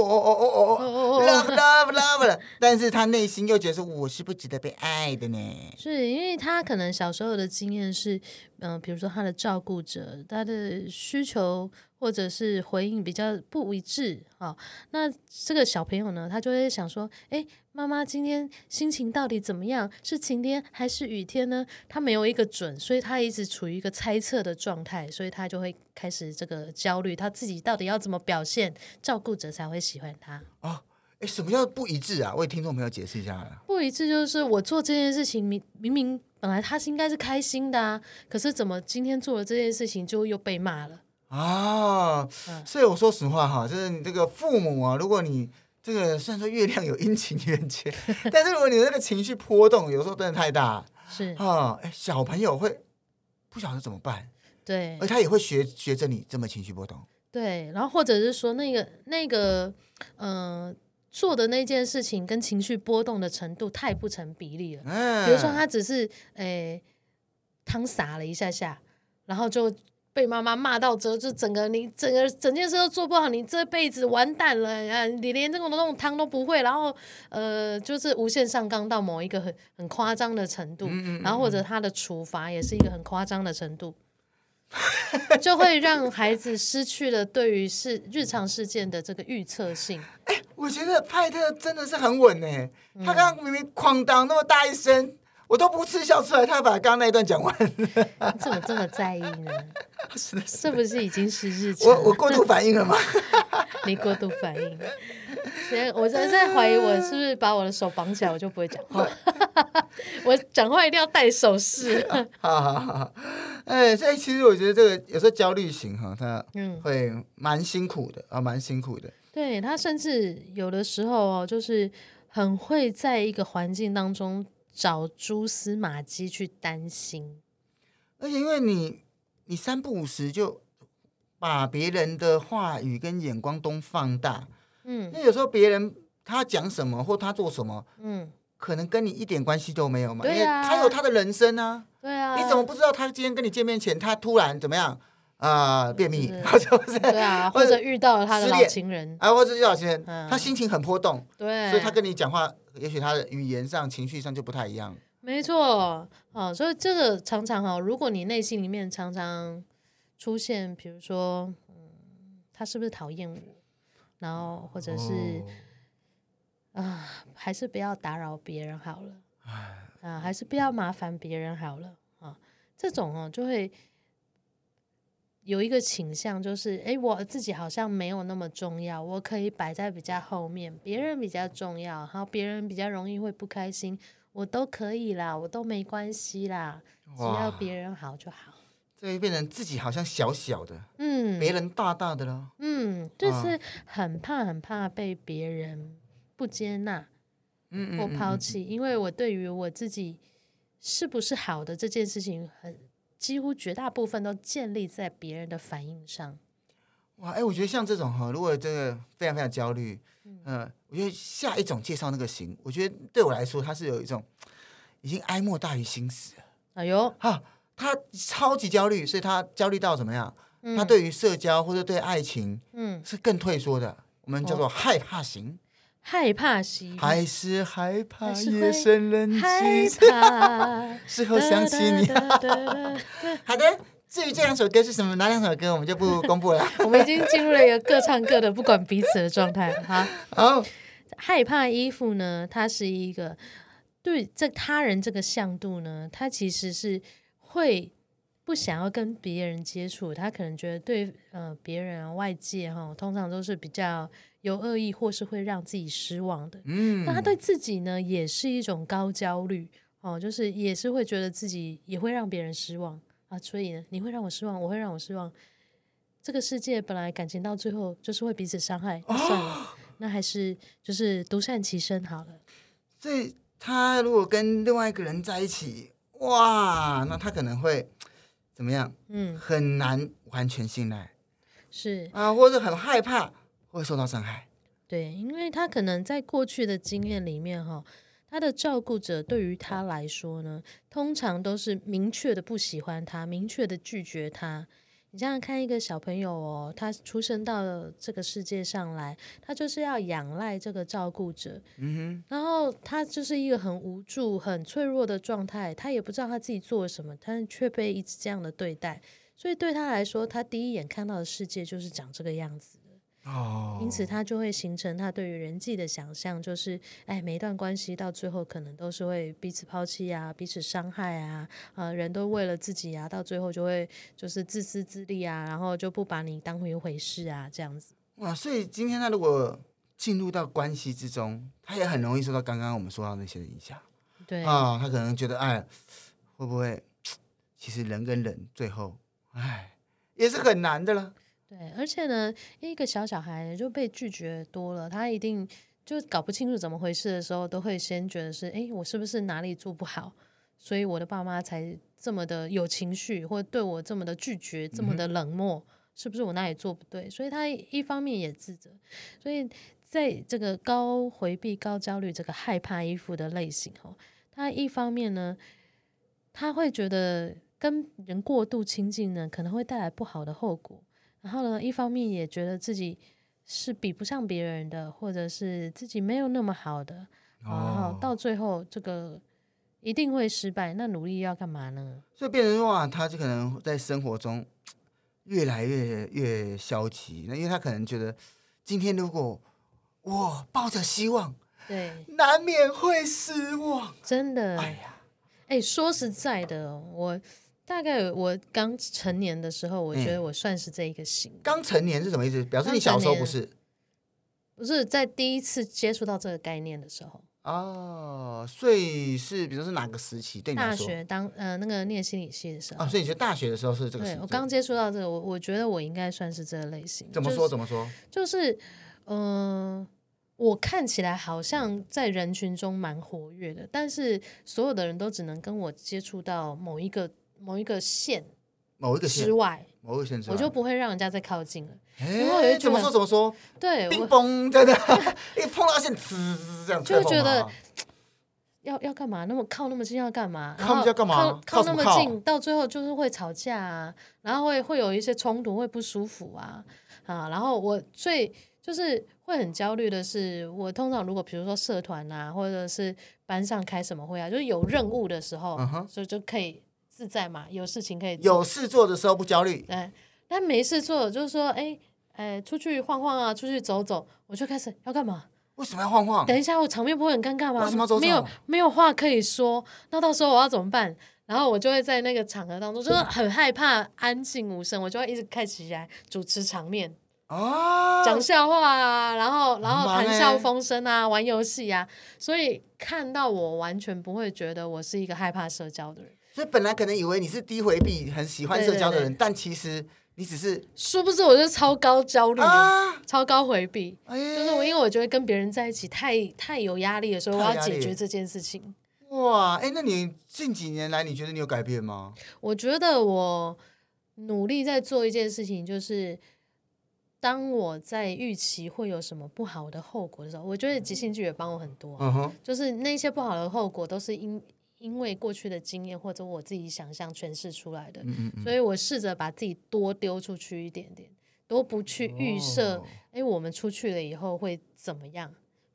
love， 但是他内心又觉得说我是不值得被爱的呢。 是因为他可能小时候的经验是，比如说他的照顾者，他的需求或者是回应比较不一致那这个小朋友呢，他就会想说，妈妈今天心情到底怎么样？是晴天还是雨天呢？他没有一个准，所以他一直处于一个猜测的状态，所以他就会开始这个焦虑，他自己到底要怎么表现，照顾者才会喜欢他。 什么叫不一致啊？为听众朋友解释一下了。 不一致就是我做这件事情明明本来他是应该是开心的啊，可是怎么今天做了这件事情就又被骂了所以我说实话哈，就是你这个父母啊，如果你这个虽然说月亮有阴晴圆缺，但是如果你那个情绪波动有时候真的太大， 是小朋友会不晓得怎么办， 对， 而他也会学着你这么情绪波动， 对，然后或者是说那个做的那件事情跟情绪波动的程度太不成比例了，比如说他只是汤洒了一下下，然后就被妈妈骂到就整件事都做不好，你这辈子完蛋了你连这种汤都不会，然后就是无限上纲到某一个很夸张的程度，然后或者他的处罚也是一个很夸张的程度就会让孩子失去了对于日常事件的这个预测性。 我觉得派特真的是很稳耶，他刚刚明明哐当那么大一声，我都不吃笑出来，他把刚刚那一段讲完了。 怎么这么在意呢？是这不是已经是日常？ 我过度反应了吗？ 你过度反应了。我在怀疑我是不是把我的手绑起来，我就不会讲话。我讲话一定要带手势。 好，所以其实我觉得这个有时候焦虑型他会蛮辛苦的蛮辛苦的。 对，他甚至有的时候就是很会在一个环境当中找蛛丝马迹去担心， 而且因为你三不五时就把别人的话语跟眼光都放大，因为有时候别人他讲什么或他做什么，可能跟你一点关系都没有嘛，因为他有他的人生啊， 对啊， 你怎么不知道他今天跟你见面前他突然怎么样便秘， 对啊，或者遇到了他的老情人或者遇到老情人，他心情很波动， 对， 所以他跟你讲话，也许他的语言上、情绪上就不太一样。 没错，所以这个常常如果你内心里面常常出现，比如说，他是不是讨厌我，然后或者是还是不要打扰别人好了，还是不要麻烦别人好了这种就会有一个倾向，就是我自己好像没有那么重要，我可以摆在比较后面，别人比较重要，然后别人比较容易会不开心，我都可以啦，我都没关系啦，只要别人好就好。 这会变成自己好像小小的，别人大大的了， 就是很怕被别人不接纳，或抛弃，因为我对于我自己是不是好的这件事情几乎绝大部分都建立在别人的反应上。 哇，我觉得像这种如果这个非常非常焦虑，我觉得下一种介绍那个型，我觉得对我来说，他是有一种已经哀莫大于心死了。 哎呦， 他超级焦虑，所以他焦虑到怎么样？他对于社交或者对爱情，是更退缩的。我们叫做害怕型。 害怕媳妇， 还是害怕夜深人害静， 怕事后想起你。好的，至于这两首歌是什么，哪两首歌我们就不公布了。 我们已经进入了一个各唱各的，不管彼此的状态了哈。 好， 害怕依附呢，它是一个对这他人这个向度呢，他其实是会不想要跟别人接触，他可能觉得对别人啊外界哈，通常都是比较有恶意，或是会让自己失望的。那他对自己呢，也是一种高焦虑哦，就是也是会觉得自己也会让别人失望啊，所以呢，你会让我失望，我会让我失望。这个世界本来感情到最后就是会彼此伤害，算了，那还是就是独善其身好了。 所以他如果跟另外一个人在一起，哇，那他可能会怎么样？很难完全信赖， 是啊，或者很害怕会受到伤害。 对，因为他可能在过去的经验里面哈，他的照顾者对于他来说呢，通常都是明确的不喜欢他，明确的拒绝他。你想想看，一个小朋友哦，他出生到这个世界上来，他就是要仰赖这个照顾者，然后他就是一个很无助、很脆弱的状态，他也不知道他自己做了什么，但却被一直这样的对待，所以对他来说，他第一眼看到的世界就是长这个样子。因此他就会形成他对于人际的想象，就是每一段关系到最后可能都是会彼此抛弃啊，彼此伤害啊，人都为了自己啊，到最后就会就是自私自利啊，然后就不把你当一回事啊，这样子。 哇，所以今天他如果进入到关系之中，他也很容易受到刚刚我们说到那些的影响。 对啊，他可能觉得会不会其实人跟人最后也是很难的了。 对，而且呢，一个小孩就被拒绝多了，他一定就搞不清楚怎么回事的时候，都会先觉得是，我是不是哪里做不好，所以我的爸妈才这么的有情绪，或对我这么的拒绝，这么的冷漠，是不是我哪里做不对？所以他一方面也自责，所以在这个高回避、高焦虑这个害怕依附的类型他一方面呢，他会觉得跟人过度亲近呢，可能会带来不好的后果。然后呢，一方面也觉得自己是比不上别人的，或者是自己没有那么好的，然后到最后这个一定会失败。那努力要干嘛呢？ 所以变成说他就可能在生活中越来越消极。那因为他可能觉得，今天如果我抱着希望， 对， 难免会失望。 真的，说实在的，大概我刚成年的时候，我觉得我算是这一个型。 刚成年是什么意思？表示你小时候不是？ 不是在第一次接触到这个概念的时候。 所以是比如说是哪个时期对你来说？ 大学那个念心理系的时候。 所以你觉得大学的时候是这个时期？ 对，我刚接触到这个，我觉得我应该算是这个类型。 怎么说？怎么说？ 就是我看起来好像在人群中蛮活跃的，但是所有的人都只能跟我接触到某一个线之外，我就不会让人家再靠近了。然后怎么说？ 对， 冰崩，真的，一碰到线，这样就觉得要干嘛？靠那么近要干嘛？ 靠那么近，到最后就是会吵架啊，然后会有一些冲突，会不舒服啊。然后我就是会很焦虑的是，我通常如果比如说社团啊，或者是班上开什么会啊，就是有任务的时候，所以就可以自在嘛，有事情可以做， 有事做的时候不焦虑。 对，但没事做就是说，出去晃晃啊，出去走走，我就开始要干嘛？ 为什么要晃晃？ 等一下，我场面不会很尴尬吗？ 为什么要走走？ 没有话可以说，那到时候我要怎么办？然后我就会在那个场合当中，就是很害怕安静无声，我就会一直开起来主持场面。讲笑话啊，然后谈笑风生啊，玩游戏啊，所以看到我完全不会觉得我是一个害怕社交的人。 所以本来可能以为你是低回避、很喜欢社交的人，但其实你只是殊不知我是超高焦虑、超高回避。就是因为我觉得跟别人在一起太有压力了，所以我要解决这件事情。 哇，那你近几年来，你觉得你有改变吗？ 我觉得我努力在做一件事情，就是当我在预期会有什么不好的后果的时候，我觉得即兴剧也帮我很多。就是那些不好的后果都是因为过去的经验或者我自己想象诠释出来的，所以我试着把自己多丢出去一点点，都不去预设我们出去了以后会怎么样，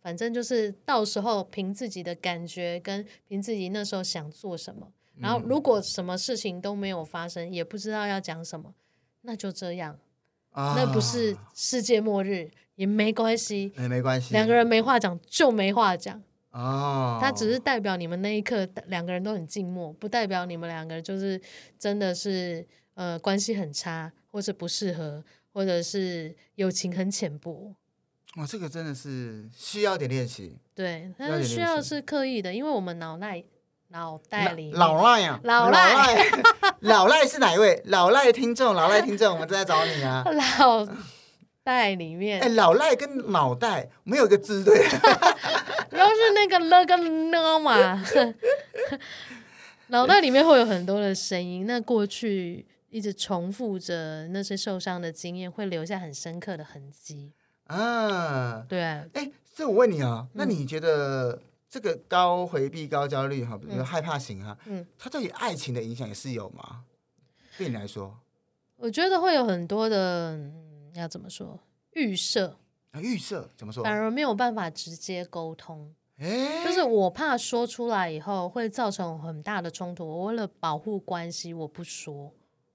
反正就是到时候凭自己的感觉跟凭自己那时候想做什么，然后如果什么事情都没有发生，也不知道要讲什么，那就这样，那不是世界末日也没关系， 没关系， 两个人没话讲就没话讲。它只是代表你们那一刻两个人都很静默，不代表你们两个人就是真的是关系很差，或是不适合，或者是友情很浅薄。 这个真的是需要点练习。 对，但是需要是刻意的，因为我们脑袋里老赖啊，老赖是哪一位？老赖听众，我们正在找你啊。 脑袋里面， 老赖跟脑袋没有一个字对。 都是那个了跟呢嘛。脑袋里面会有很多的声音，那过去一直重复着那些受伤的经验，会留下很深刻的痕迹啊。对啊， 这我问你啊，那你觉得这个高回避、高焦虑哈，比如说害怕型哈，它对于爱情的影响也是有吗？对你来说， 我觉得会有很多的，要怎么说？预设怎么说？ 反而没有办法直接沟通。就是我怕说出来以后会造成很大的冲突，我为了保护关系我不说。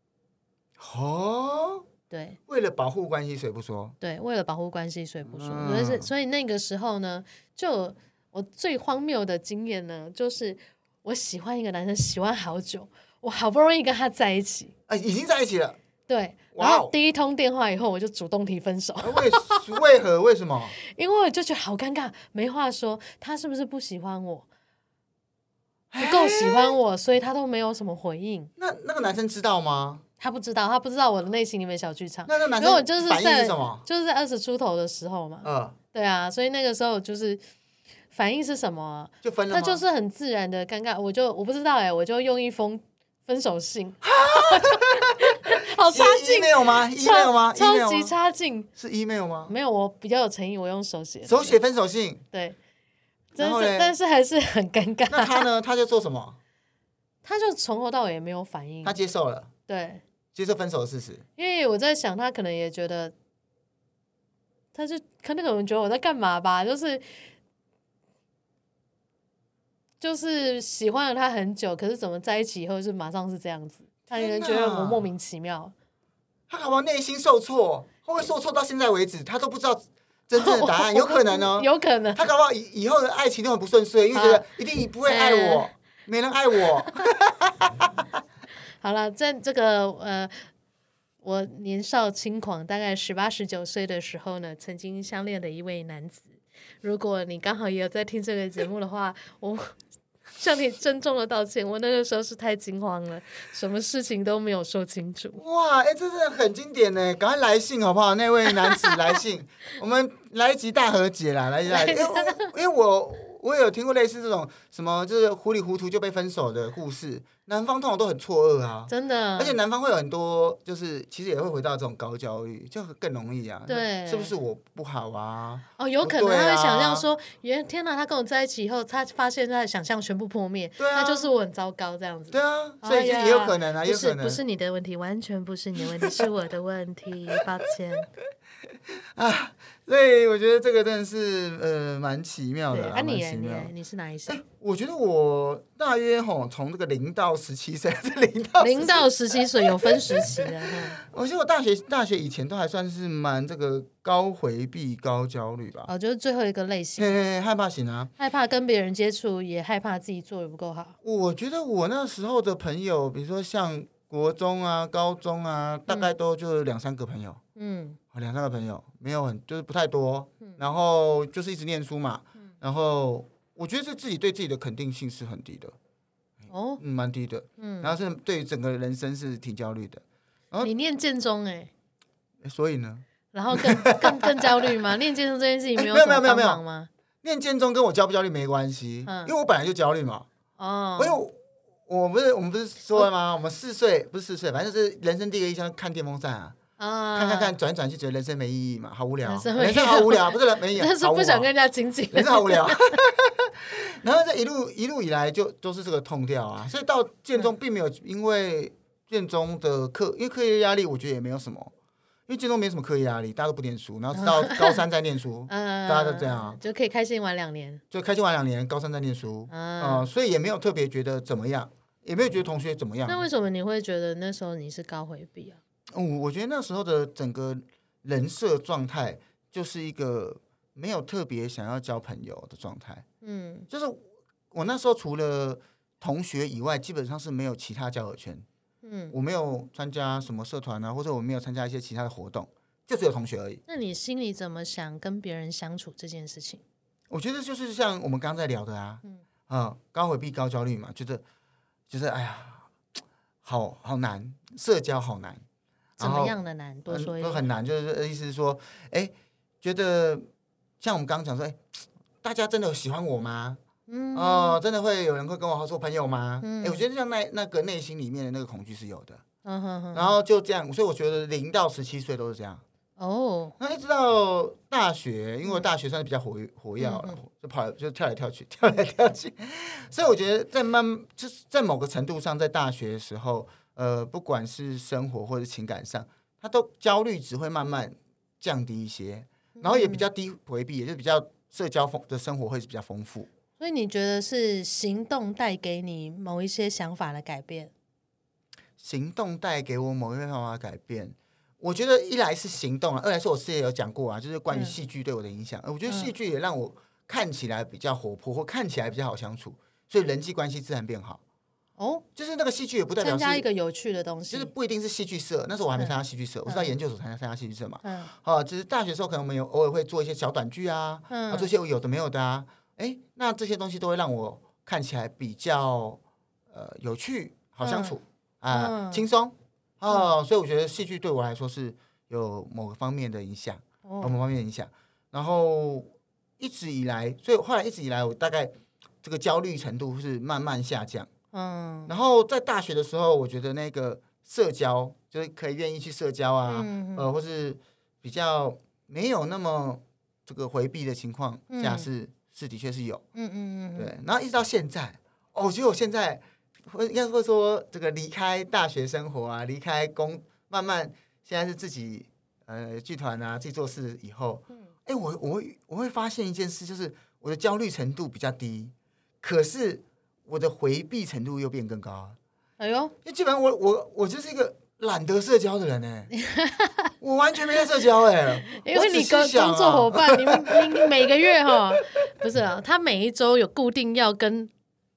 对， 为了保护关系所以不说。 对，为了保护关系所以不说。所以那个时候呢，就我最荒谬的经验呢，就是我喜欢一个男生，喜欢好久，我好不容易跟他在一起， 已经在一起了。 对，然后第一通电话以后，我就主动提分手。 为何？为什么？ 因为我就觉得好尴尬，没话说。他是不是不喜欢我？不够喜欢我，所以他都没有什么回应。 那个男生知道吗？ 他不知道我的内心里面小剧场。 那男生反应是什么？ 就是在20出头的时候嘛。对啊，所以那个时候就是反应是什么？ 就分了吗？ 那就是很自然的尴尬。我不知道我就用一封分手信。好差劲 ！email 吗？ 超级差劲。 是 email 吗？ 没有，我比较有诚意，我用手写。 手写分手信。 对。但是还是很尴尬。 那他呢？他就做什么？ 他就从头到尾也没有反应。 他接受了。 对。 接受分手的事实。 因为我在想，他可能也觉得，他就可能觉得我在干嘛吧，就是喜欢了他很久，可是怎么在一起以后是马上是这样子。他可能觉得我莫名其妙， 他搞不好内心受挫，会不会受挫到现在为止，他都不知道真正的答案？有可能哦， 有可能。 他搞不好以后的爱情都很不顺遂，因为觉得一定不会爱我，没人爱我。 好了，在这个我年少轻狂，大概18、19岁的时候呢，曾经相恋的一位男子。如果你刚好也有在听这个节目的话，我向你郑重的道歉，我那个时候是太惊慌了，什么事情都没有说清楚。 哇，这真的很经典呢！赶快来信好不好？那位男子来信，我们来一集大和解啦，来一集。因为我也有听过类似这种什么，就是糊里糊涂就被分手的故事。男方通常都很错愕啊， 真的， 而且男方会有很多，就是其实也会回到这种高焦虑，就更容易啊。 对， 是不是我不好啊？ 有可能他会想象说，天哪，他跟我在一起以后，他发现他的想象全部破灭，那就是我很糟糕这样子。 对啊，所以也有可能啊，有可能不是你的问题，完全不是你的问题，是我的问题，抱歉。 所以我觉得这个真的是蛮奇妙的啦。 你是哪一些？ 我觉得我大约从这个0到17岁 ，0到17岁有分时期的。 我觉得我大学以前都还算是蛮这个高回避、高焦虑吧。 就是最后一个类型， 害怕型啊， 害怕跟别人接触，也害怕自己做的不够好。 我觉得我那时候的朋友，比如说像国中啊、高中啊，大概都就2、3个朋友。2、3个朋友，没有就是不太多。然后就是一直念书嘛。然后我觉得是自己对自己的肯定性是很低的。蛮低的。然后是对整个人生是挺焦虑的。然后你念建中所以呢？ 然后更焦虑吗？念建中这件事情没有什么帮忙吗？ 念建中跟我焦不焦虑没关系，因为我本来就焦虑嘛。因为我们不是说了吗？我们4岁不是4岁，反正就是人生第一个印象看电风扇啊。看转去觉得人生没意义嘛，好无聊。人生好无聊，不是没意义， 但是不想跟人家亲近， 人生好无聊。然后这一路以来就都是这个痛调啊，所以到建中并没有因为建中的因为课业压力，我觉得也没有什么。 因为建中没什么课业压力，大家都不念书，然后直到高三再念书，大家都这样啊， 就可以开心玩2年， 就开心玩2年，高三再念书，所以也没有特别觉得怎么样，也没有觉得同学怎么样。 那为什么你会觉得那时候你是高回避啊？ 我觉得那时候的整个人设状态就是一个没有特别想要交朋友的状态，就是我那时候除了同学以外，基本上是没有其他交友圈。我没有参加什么社团啊，或者我没有参加一些其他的活动，就只有同学而已。 那你心里怎么想跟别人相处这件事情？ 我觉得就是像我们刚才聊的啊，高回避高焦虑嘛，觉得就是哎呀，好难，社交好难。 怎么样的难？多说一点。 都很难，就是意思是说，觉得像我们刚刚讲说，大家真的喜欢我吗？真的会有人会跟我做朋友吗？我觉得像那个内心里面的那个恐惧是有的。然后就这样，所以我觉得0到17岁都是这样。那一直到大学，因为我大学算是比较活跃了，就跳来跳去，所以我觉得就是在某个程度上，在大学的时候，不管是生活或者情感上，他都焦虑值会慢慢降低一些，然后也比较低回避，也就是比较社交的生活会比较丰富。 所以你觉得是行动带给你某一些想法的改变？ 行动带给我某一些想法的改变，我觉得一来是行动，二来是我之前有讲过就是关于戏剧对我的影响。我觉得戏剧也让我看起来比较活泼，或看起来比较好相处，所以人际关系自然变好。就是那个戏剧也不代表是参加一个有趣的东西， 就是不一定是戏剧社。那时候我还没参加戏剧社，我是到研究所参加戏剧社嘛。只是大学的时候可能我们偶尔会做一些小短剧啊，做一些有的没有的啊。那这些东西都会让我看起来比较有趣、好相处轻松所以我觉得戏剧对我来说是有某个方面的影响，然后一直以来，所以后来一直以来，我大概这个焦虑程度是慢慢下降。然后在大学的时候，我觉得那个社交就是可以愿意去社交啊，或是比较没有那么这个回避的情况下是的确是有，对。然后一直到现在，我觉得我现在应该会说这个离开大学生活啊，离开慢慢现在是自己剧团啊，自己做事以后，我会发现一件事，就是我的焦虑程度比较低，可是我的回避程度又变更高。因为基本上我就是一个懒得社交的人我完全没在社交因为你跟工作伙伴，你每个月不是啊，他每一周有固定要跟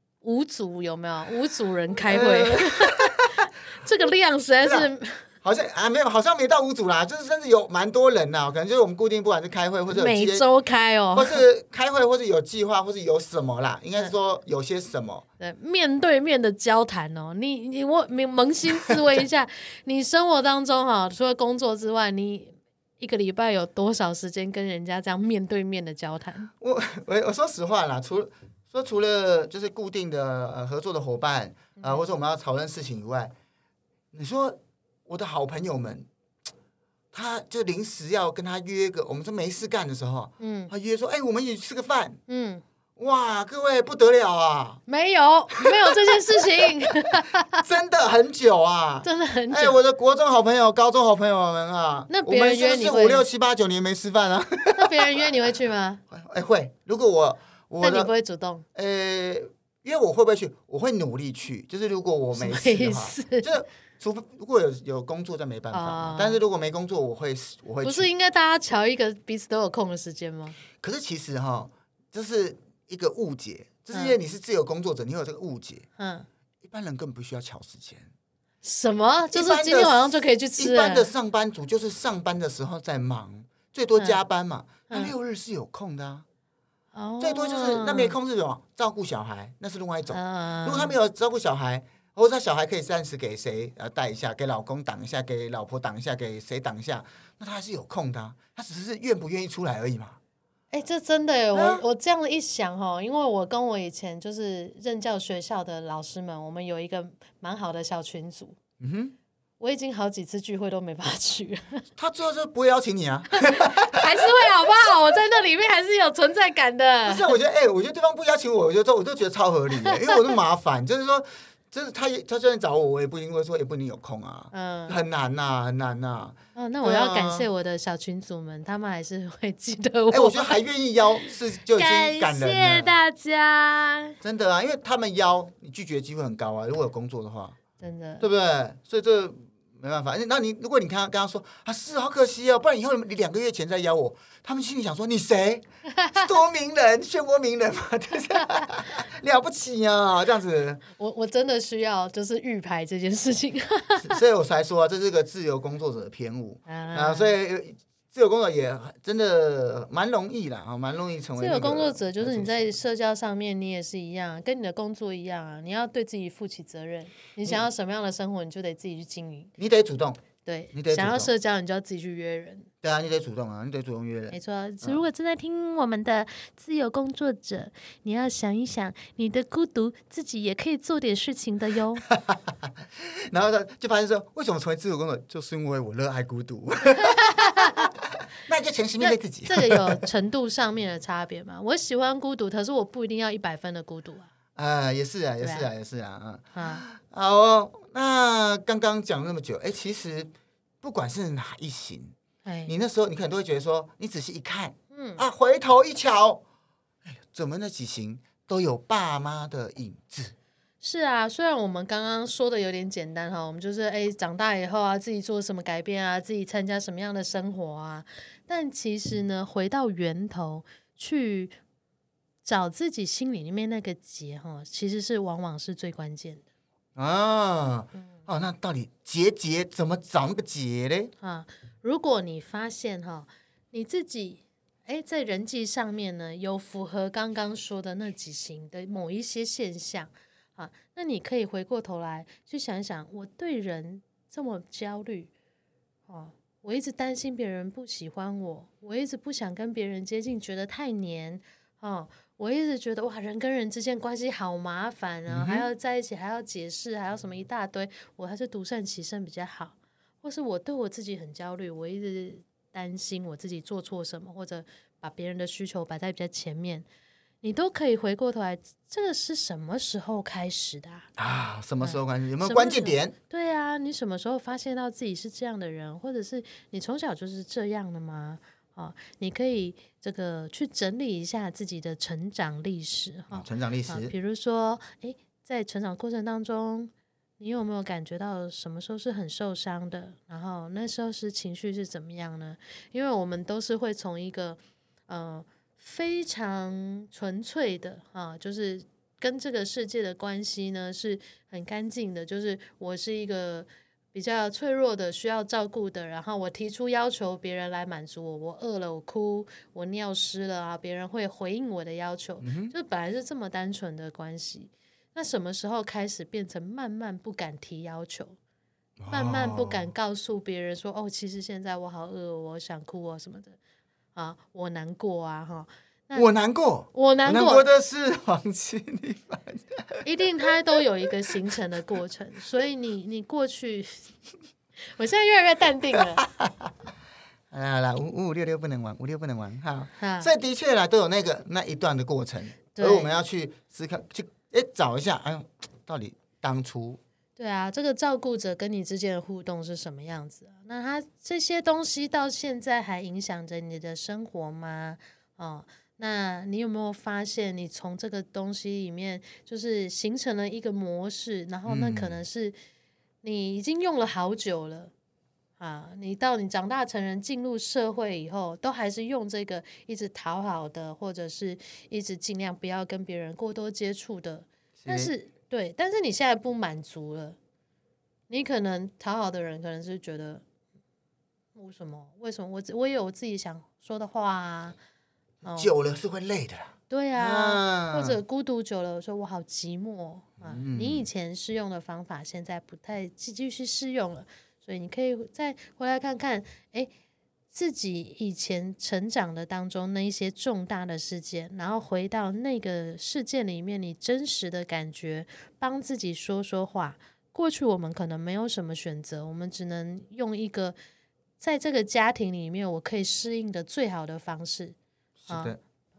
5组有没有5组人开会，这个量实在是。 好像没有，好像没到5组啦，就是甚至有蛮多人可能就是我们固定不管是开会或者每周开或是开会或是有计划或是有什么啦，应该是说有些什么面对面的交谈你扪心自问一下，你生活当中除了工作之外，你一个礼拜有多少时间跟人家这样面对面的交谈？ 我说实话啦，除了就是固定的合作的伙伴或者我们要讨论事情以外，你说我的好朋友们，他就临时要跟他约个，我们说没事干的时候，他约说，我们一起吃个饭，哇，各位不得了啊！ 没有这件事情， 真的很久啊， 真的很久。 我的国中好朋友、高中好朋友们那别人约你会？ 我们是5、6、7、8、9年没吃饭啊。 那别人约你会去吗？ 会。如果但你不会主动？ 因为我会不会去？我会努力去。就是如果我没事的话，就是如果有工作，就没办法。但是如果没工作，我会去。 不是应该大家瞧一个彼此都有空的时间吗？ 可是其实就是一个误解，就是因为你是自由工作者，你有这个误解。一般人根本不需要瞧时间。 什么？就是今天晚上就可以去吃？ 一般的上班族就是上班的时候在忙，最多加班嘛。那6日是有空的啊。最多就是那没空是什么？照顾小孩，那是另外一种。如果他没有照顾小孩，或者他小孩可以暂时给谁带一下，给老公挡一下，给老婆挡一下，给谁挡一下，那他还是有空的他只是愿不愿意出来而已嘛。 这真的耶，我这样一想因为我跟我以前就是任教学校的老师们，我们有一个蛮好的小群组。我已经好几次聚会都没办法去了。 他最后就不会邀请你啊？ 还是会好不好？我在那里面还是有存在感的。 不是，我觉得对方不邀请我，我就觉得超合理的，因为我那么麻烦，就是说就是他就算找我也不一定会说也不一定有空啊，很难呐，很难呐。 那我要感谢我的小群组们，他们还是会记得我。 我觉得还愿意邀就已经感人了。 感谢大家， 真的啊，因为他们邀你拒绝的机会很高啊，如果有工作的话，真的，对不对？所以这没办法。那如果你跟他说啊，是好可惜哦，不然以后你2个月前再邀我，他们心里想说你谁？多名人，漩涡鸣人嘛，对不对？了不起啊，这样子。 我真的需要就是预排这件事情， 所以我才说这是个自由工作者的偏误啊，所以。自由工作也真的蛮容易啦，蛮容易成为自由工作者。就是你在社交上面，你也是一样，跟你的工作一样啊，你要对自己负起责任。你想要什么样的生活，你就得自己去经营。 你得主动， 对， 你得想要社交，你就要自己去约人。 对啊，你得主动啊，你得主动约人。 没错，如果正在听我们的自由工作者，你要想一想，你的孤独自己也可以做点事情的哟。 然后就发现说，为什么成为自由工作者，就是因为我热爱孤独。那你就诚实面对自己。 这个有程度上面的差别嘛？我喜欢孤独，可是我不一定要100分的孤独啊。 也是啊，也是啊，也是啊。好哦，那刚刚讲那么久，其实不管是哪一型，你那时候你可能都会觉得说，你仔细一看，回头一瞧，怎么那几型都有爸妈的影子。 是啊，虽然我们刚刚说的有点简单哈，我们就是长大以后啊，自己做什么改变啊，自己参加什么样的生活啊，但其实呢，回到源头去找自己心里面那个结哈，其实是往往是最关键的啊。那到底结怎么找那个结呢？ 如果你发现你自己在人际上面呢有符合刚刚说的那几型的某一些现象。那你可以回过头来去想一想，我对人这么焦虑，我一直担心别人不喜欢我，我一直不想跟别人接近，觉得太黏，我一直觉得哇，人跟人之间关系好麻烦啊，还要在一起，还要解释，还要什么一大堆，我还是独善其身比较好，或是我对我自己很焦虑，我一直担心我自己做错什么，或者把别人的需求摆在比较前面。你都可以回过头来，这个是什么时候开始的什么时候关系？有没有关键点？ 对啊，你什么时候发现到自己是这样的人，或者是你从小就是这样的吗？你可以这个去整理一下自己的成长历史成长历史， 比如说在成长过程当中，你有没有感觉到什么时候是很受伤的？然后那时候是情绪是怎么样呢？因为我们都是会从一个非常纯粹的就是跟这个世界的关系呢是很干净的，就是我是一个比较脆弱的需要照顾的，然后我提出要求别人来满足我，我饿了我哭，我尿湿了别人会回应我的要求，就本来是这么单纯的关系。那什么时候开始变成慢慢不敢提要求，慢慢不敢告诉别人说其实现在我好饿，我想哭什么的我难过我难过， 我难过的是黄心理反一定它都有一个形成的过程，所以你过去我现在越来越淡定了。 好啦5566不能玩，56不能玩，好，所以的确啦，都有那一段的过程，而我们要去思考，去找一下，到底当初。 对啊，这个照顾者跟你之间的互动是什么样子那他这些东西到现在还影响着你的生活吗？那你有没有发现你从这个东西里面就是形成了一个模式，然后那可能是你已经用了好久了你到你长大成人进入社会以后都还是用这个一直讨好的，或者是一直尽量不要跟别人过多接触的，但是你现在不满足了，你可能讨好的人可能是觉得为什么我也有我自己想说的话久了是会累的啦。 对啊，或者孤独久了说我好寂寞你以前适用的方法现在不太继续适用了，所以你可以再回来看看自己以前成长的当中那一些重大的事件，然后回到那个事件里面你真实的感觉，帮自己说说话。过去我们可能没有什么选择，我们只能用一个在这个家庭里面我可以适应的最好的方式是的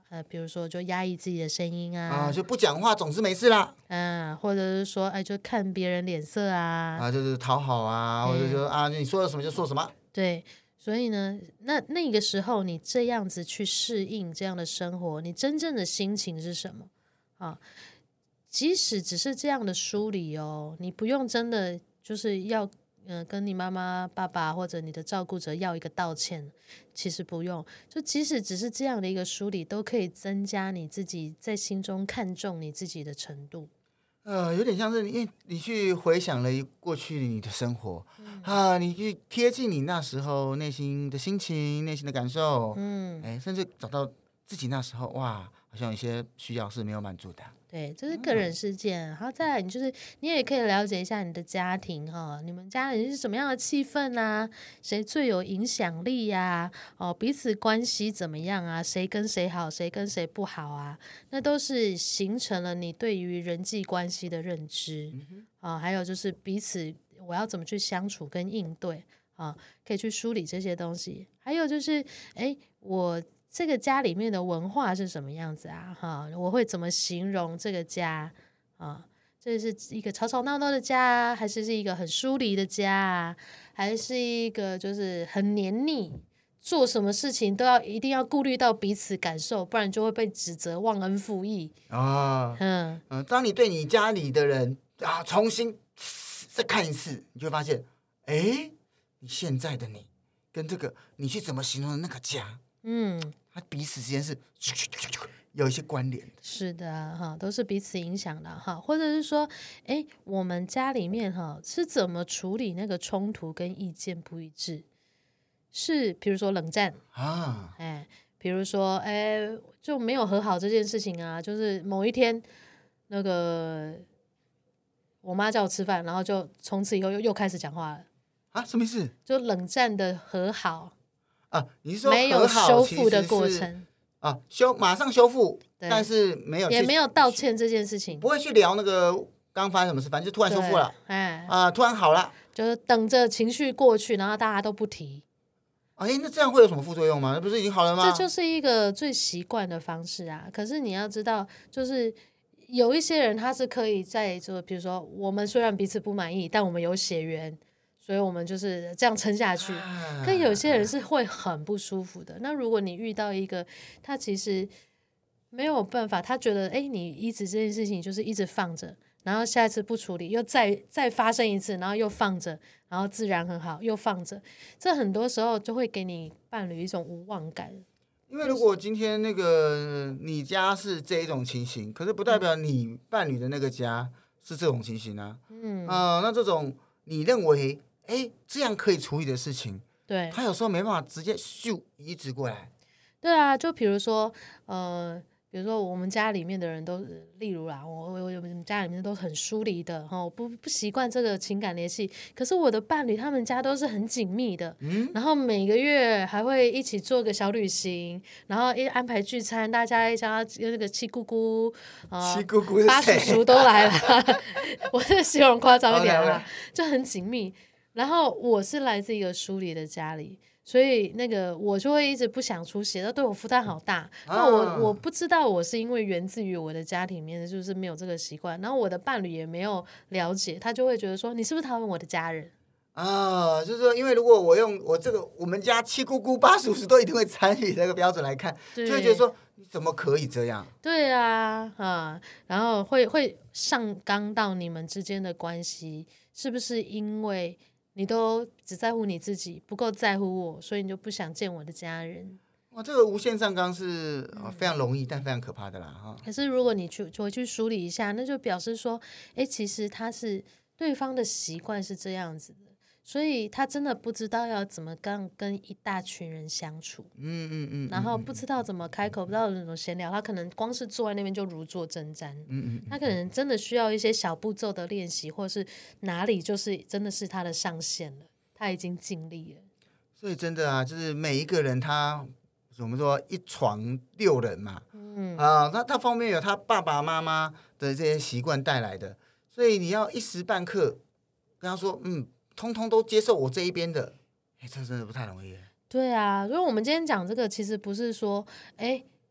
比如说就压抑自己的声音啊， 就不讲话总是没事啦， 或者是说就看别人脸色啊， 就是讨好啊，或者说你说了什么就说什么。 对，所以呢，那个时候你这样子去适应这样的生活，你真正的心情是什么啊？即使只是这样的梳理哦，你不用真的就是要跟你妈妈、爸爸或者你的照顾者要一个道歉，其实不用。就即使只是这样的一个梳理，都可以增加你自己在心中看重你自己的程度。 有点像是因为你去回想了过去你的生活，你去贴近你那时候内心的心情、内心的感受，甚至找到自己那时候哇，好像有些需要是没有满足的。 对，这是个人事件，然后再来，你也可以了解一下你的家庭你们家里是什么样的气氛啊？谁最有影响力呀？彼此关系怎么样啊？谁跟谁好，谁跟谁不好啊？那都是形成了你对于人际关系的认知还有就是彼此我要怎么去相处跟应对可以去梳理这些东西。还有就是我这个家里面的文化是什么样子啊？我会怎么形容这个家这是一个吵吵闹闹的家，还是一个很疏离的家还是一个就是很黏腻，做什么事情都一定要顾虑到彼此感受，不然就会被指责忘恩负义当你对你家里的人重新再看一次，你就会发现你现在的你跟这个你去怎么形容的那个家它彼此之间是有一些关联的。 是的都是彼此影响的或者是说我们家里面是怎么处理那个冲突跟意见不一致，是比如说冷战比如说就没有和好这件事情就是某一天那个我妈叫我吃饭，然后就从此以后又开始讲话了什么意思？ 就冷战的和好你是说没有修复的过程马上修复，但是也没有道歉这件事情， 不会去聊那个刚发生什么事，反正就突然修复了突然好了， 就是等着情绪过去，然后大家都不提那这样会有什么副作用吗？那不是已经好了吗？ 这就是一个最习惯的方式可是你要知道，就是有一些人他是可以就比如说我们虽然彼此不满意，但我们有血缘，所以我们就是这样撑下去可有些人是会很不舒服的。那如果你遇到一个他其实没有办法，他觉得你一直这件事情就是一直放着，然后下一次不处理又再发生一次，然后又放着，然后自然很好又放着，这很多时候就会给你伴侣一种无望感。 因为如果今天那个你家是这一种情形，可是不代表你伴侣的那个家是这种情形那这种你认为这样可以处理的事情， 对， 他有时候没办法直接移植过来。 对就比如说我们家里面的人都例如我们家里面都很疏离的不习惯这个情感联系，可是我的伴侣他们家都是很紧密的然后每个月还会一起做个小旅行，然后安排聚餐，大家一家那个七姑姑七姑姑是谁？ 八叔叔都来了我这形容夸张一点就很紧密。然后我是来自一个疏离的家里，所以那个我就会一直不想出血，那对我负担好大那我不知道我是因为源自于我的家庭里面就是没有这个习惯，然后我的伴侣也没有了解，他就会觉得说你是不是讨厌我的家人就是说因为如果我用我们家七姑姑八叔叔都一定会参与这个标准来看，就会觉得说你怎么可以这样。 对然后会上纲到你们之间的关系，是不是因为你都只在乎你自己，不够在乎我，所以你就不想见我的家人。 这个无限上纲是非常容易但非常可怕的啦可是如果你回去梳理一下，那就表示说其实他是对方的习惯是这样子的，所以他真的不知道要怎么跟一大群人相处然后不知道怎么开口，不知道怎么闲聊，他可能光是坐在那边就如坐针毡他可能真的需要一些小步骤的练习，或是哪里就是真的是他的上限了，他已经尽力了。 所以真的就是每一个人他我们说一床六人嘛他方面有他爸爸妈妈的这些习惯带来的，所以你要一时半刻跟他说通通都接受我这一边的这真的不太容易。 对所以我们今天讲这个其实不是说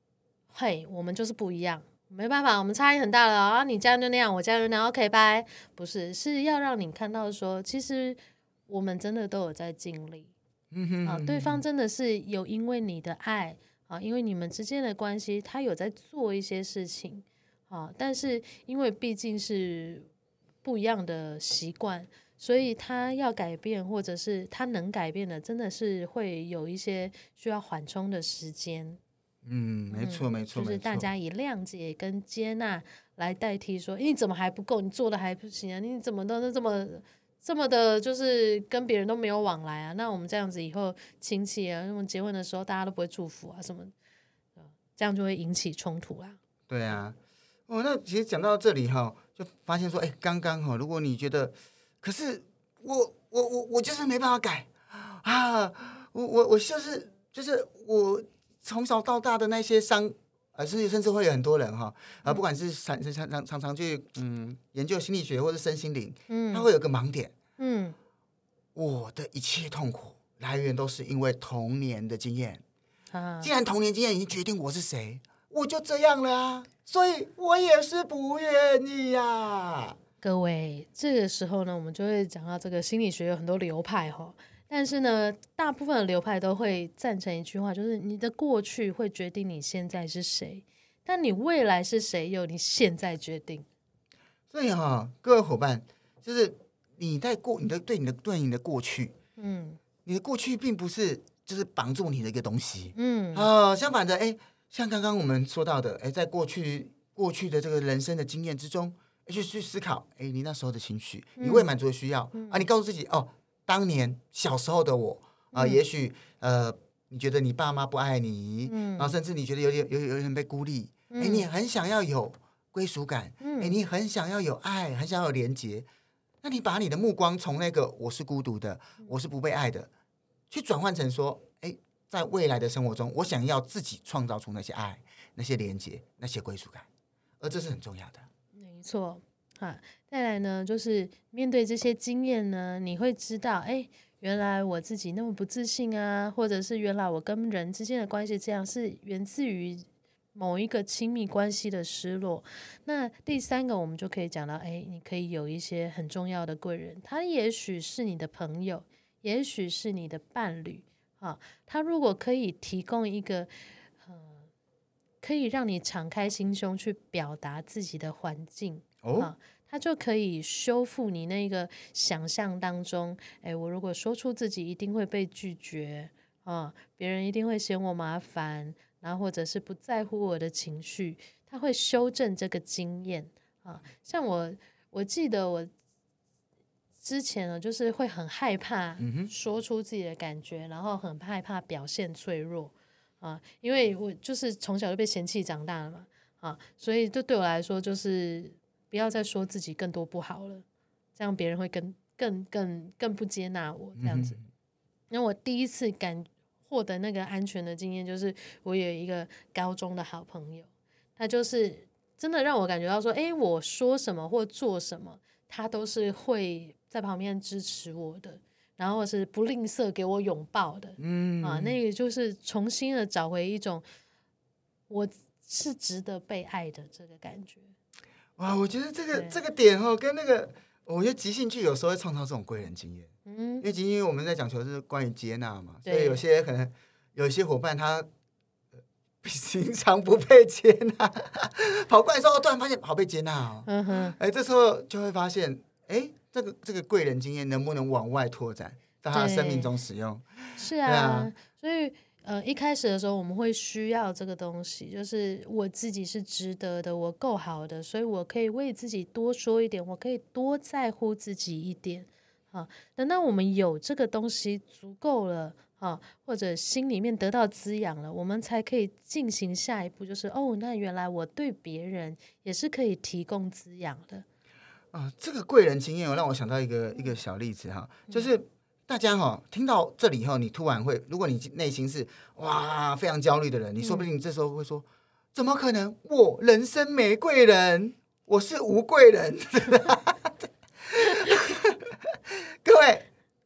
嘿，我们就是不一样，没办法，我们差异很大了啊！你家就那样，我家就那样 ，OK， 拜。不是，是要让你看到说，其实我们真的都有在尽力。对方真的是有因为你的爱因为你们之间的关系，他有在做一些事情但是因为毕竟是不一样的习惯，所以他要改变，或者是他能改变的，真的是会有一些需要缓冲的时间。 没错没错， 就是大家以谅解跟接纳来代替说，你怎么还不够？你做的还不行啊？你怎么都这么的，就是跟别人都没有往来啊？那我们这样子以后亲戚啊，那么结婚的时候大家都不会祝福啊，什么，这样就会引起冲突啦。 对啊，那其实讲到这里哈，就发现说，刚刚哈，如果你觉得，可是我就是没办法改啊，我就是我从小到大的那些伤。甚至会有很多人哈，不管是常常去研究心理学或者身心灵，他会有个盲点，我的一切痛苦来源都是因为童年的经验，既然童年经验已经决定我是谁，我就这样了啊，所以我也是不愿意呀。 各位，这个时候呢，我们就会讲到这个心理学有很多流派哈。但是呢，大部分的流派都会赞成一句话，就是你的过去会决定你现在是谁，但你未来是谁由你现在决定。 所以各位伙伴，就是你对你的过去，你的过去并不是就是绑住你的一个东西，相反的，像刚刚我们说到的，在过去的这个人生的经验之中，去思考，你那时候的情绪，你未满足的需要你告诉自己当年小时候的我也许你觉得你爸妈不爱你，然后甚至你觉得有点被孤立，你很想要有归属感，你很想要有爱，很想要有连结，那你把你的目光从那个我是孤独的，我是不被爱的，去转换成说，在未来的生活中，我想要自己创造出那些爱、那些连结、那些归属感，而这是很重要的。 没错。再来呢，就是面对这些经验呢，你会知道，原来我自己那么不自信啊，或者是原来我跟人之间的关系这样，是源自于某一个亲密关系的失落。那第三个，我们就可以讲到，你可以有一些很重要的贵人，他也许是你的朋友，也许是你的伴侣他如果可以提供一个可以让你敞开心胸去表达自己的环境它就可以修复你那个想象当中，我如果说出自己一定会被拒绝别人一定会嫌我麻烦，然后或者是不在乎我的情绪，他会修正这个经验像我记得我之前呢，就是会很害怕说出自己的感觉，然后很害怕表现脆弱因为我就是从小就被嫌弃长大了嘛所以这对我来说就是不要再说自己更多不好了，这样别人会更不接纳我这样子。因为我第一次获得那个安全的经验，就是我有一个高中的好朋友，他就是真的让我感觉到说，我说什么或做什么，他都是会在旁边支持我的，然后是不吝啬给我拥抱的那个就是重新的找回一种我是值得被爱的这个感觉。 哇，我觉得这个点跟那个，我觉得即兴剧有时候会创造这种贵人经验因为即兴剧我们在讲求是关于接纳嘛，所以有些可能有一些伙伴他平常不被接纳跑过来之后突然发现好被接纳这时候就会发现这个贵人经验能不能往外拓展到他的生命中使用。 是啊，所以一开始的时候我们会需要这个东西，就是我自己是值得的，我够好的，所以我可以为自己多说一点，我可以多在乎自己一点等到我们有这个东西足够了或者心里面得到滋养了，我们才可以进行下一步，就是那原来我对别人也是可以提供滋养的这个贵人经验让我想到一个小例子就是大家听到这里以后，你突然会，如果你内心是非常焦虑的人，你说不定你这时候会说怎么可能，我人生没贵人，我是无贵人各位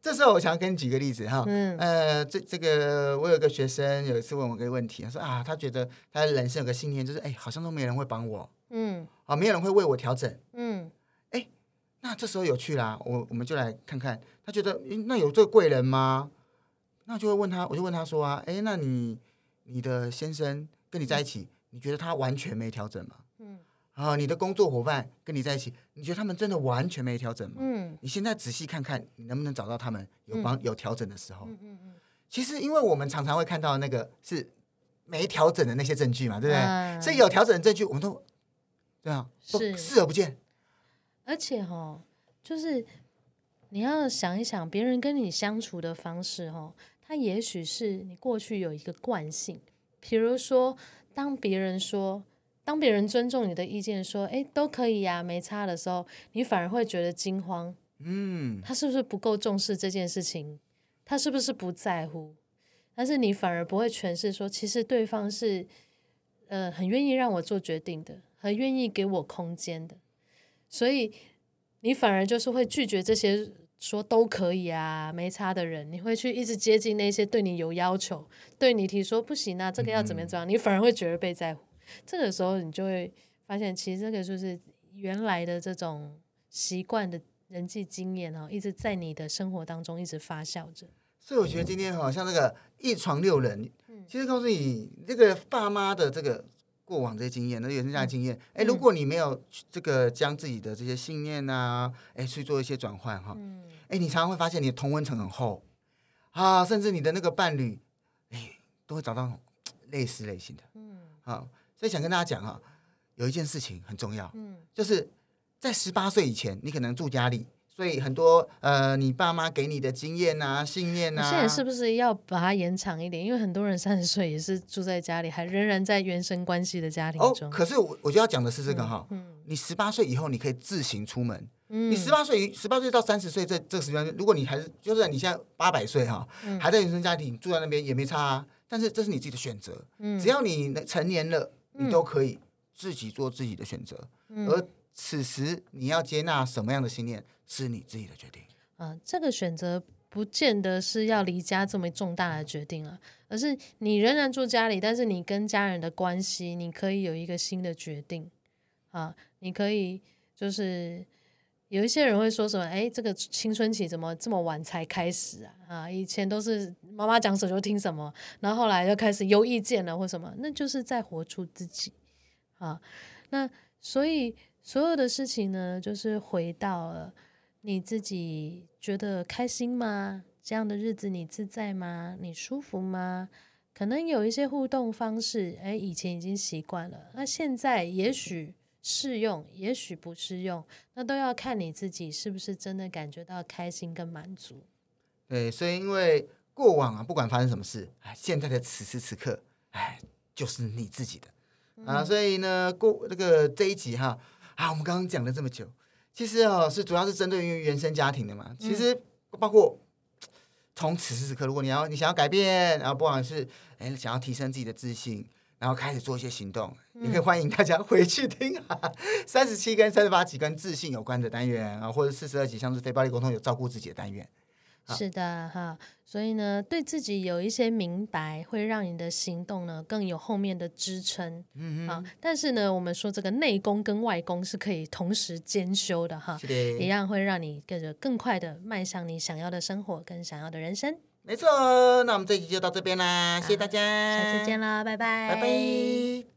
这时候我想跟你举个例子哈，这个我有个学生有一次问我个问题，他说啊，他觉得他人生有个信念，就是好像都没人会帮我，没有人会为我调整，那这时候有趣啦，我们就来看看，他觉得那有这个贵人吗？那我就问他说啊，那你的先生跟你在一起，你觉得他完全没调整吗？你的工作伙伴跟你在一起，你觉得他们真的完全没调整吗？你现在仔细看看，你能不能找到他们有调整的时候？其实因为我们常常会看到那个是没调整的那些证据嘛，对不对？所以有调整的证据，我们都对啊，都视而不见。 而且就是你要想一想，别人跟你相处的方式他也许是你过去有一个惯性，比如说当别人尊重你的意见说都可以啊没差的时候，你反而会觉得惊慌，他是不是不够重视这件事情，他是不是不在乎，但是你反而不会诠释说其实对方是很愿意让我做决定的，很愿意给我空间的，所以你反而就是会拒绝这些说都可以啊没差的人，你会去一直接近那些对你有要求，对你提说不行啊这个要怎么样，你反而会觉得被在乎。这个时候你就会发现其实这个就是原来的这种习惯的人际经验一直在你的生活当中一直发酵着。 所以我觉得今天像那个一床六人，其实告诉你这个爸妈的这个过往这些经验，那原生家的经验，如果你没有这个将自己的这些信念啊，去做一些转换你常常会发现你的同温层很厚啊，甚至你的那个伴侣，都会找到类似类型的，所以想跟大家讲有一件事情很重要，就是在18岁以前，你可能住家里。所以很多你爸妈给你的经验啊、信念啊， 现在是不是要把它延长一点？因为很多人30岁也是住在家里，还仍然在原生关系的家庭中。 可是我就要讲的是这个你18岁以后你可以自行出门。你18岁到30岁这个时间，如果你还是就是你现在800岁还在原生家庭住在那边也没差啊。但是这是你自己的选择，只要你成年了，你都可以自己做自己的选择。而此时你要接纳什么样的信念是你自己的决定这个选择不见得是要离家这么重大的决定而是你仍然住家里，但是你跟家人的关系你可以有一个新的决定你可以就是有一些人会说什么这个青春期怎么这么晚才开始以前都是妈妈讲什么就听什么，然后后来就开始有意见了或什么，那就是在活出自己那所以所有的事情呢，就是回到了你自己觉得开心吗？这样的日子你自在吗？你舒服吗？可能有一些互动方式以前已经习惯了，那现在也许适用也许不适用，那都要看你自己是不是真的感觉到开心跟满足。 对，所以因为过往不管发生什么事现在的此时此刻就是你自己的所以呢这一集我们刚刚讲了这么久，其实是主要是针对于原生家庭的嘛。其实包括从此时此刻，如果你想要改变，然后不管是想要提升自己的自信，然后开始做一些行动，也可以欢迎大家回去听37跟38集跟自信有关的单元或者42集像是非暴力沟通有照顾自己的单元。 是的所以呢对自己有一些明白，会让你的行动呢更有后面的支撑但是呢我们说这个内功跟外功是可以同时兼修的是的， 一样会让你更快的迈向你想要的生活跟想要的人生。 没错，那我们这一集就到这边啦，谢谢大家， 下次见啦，拜拜， 拜拜。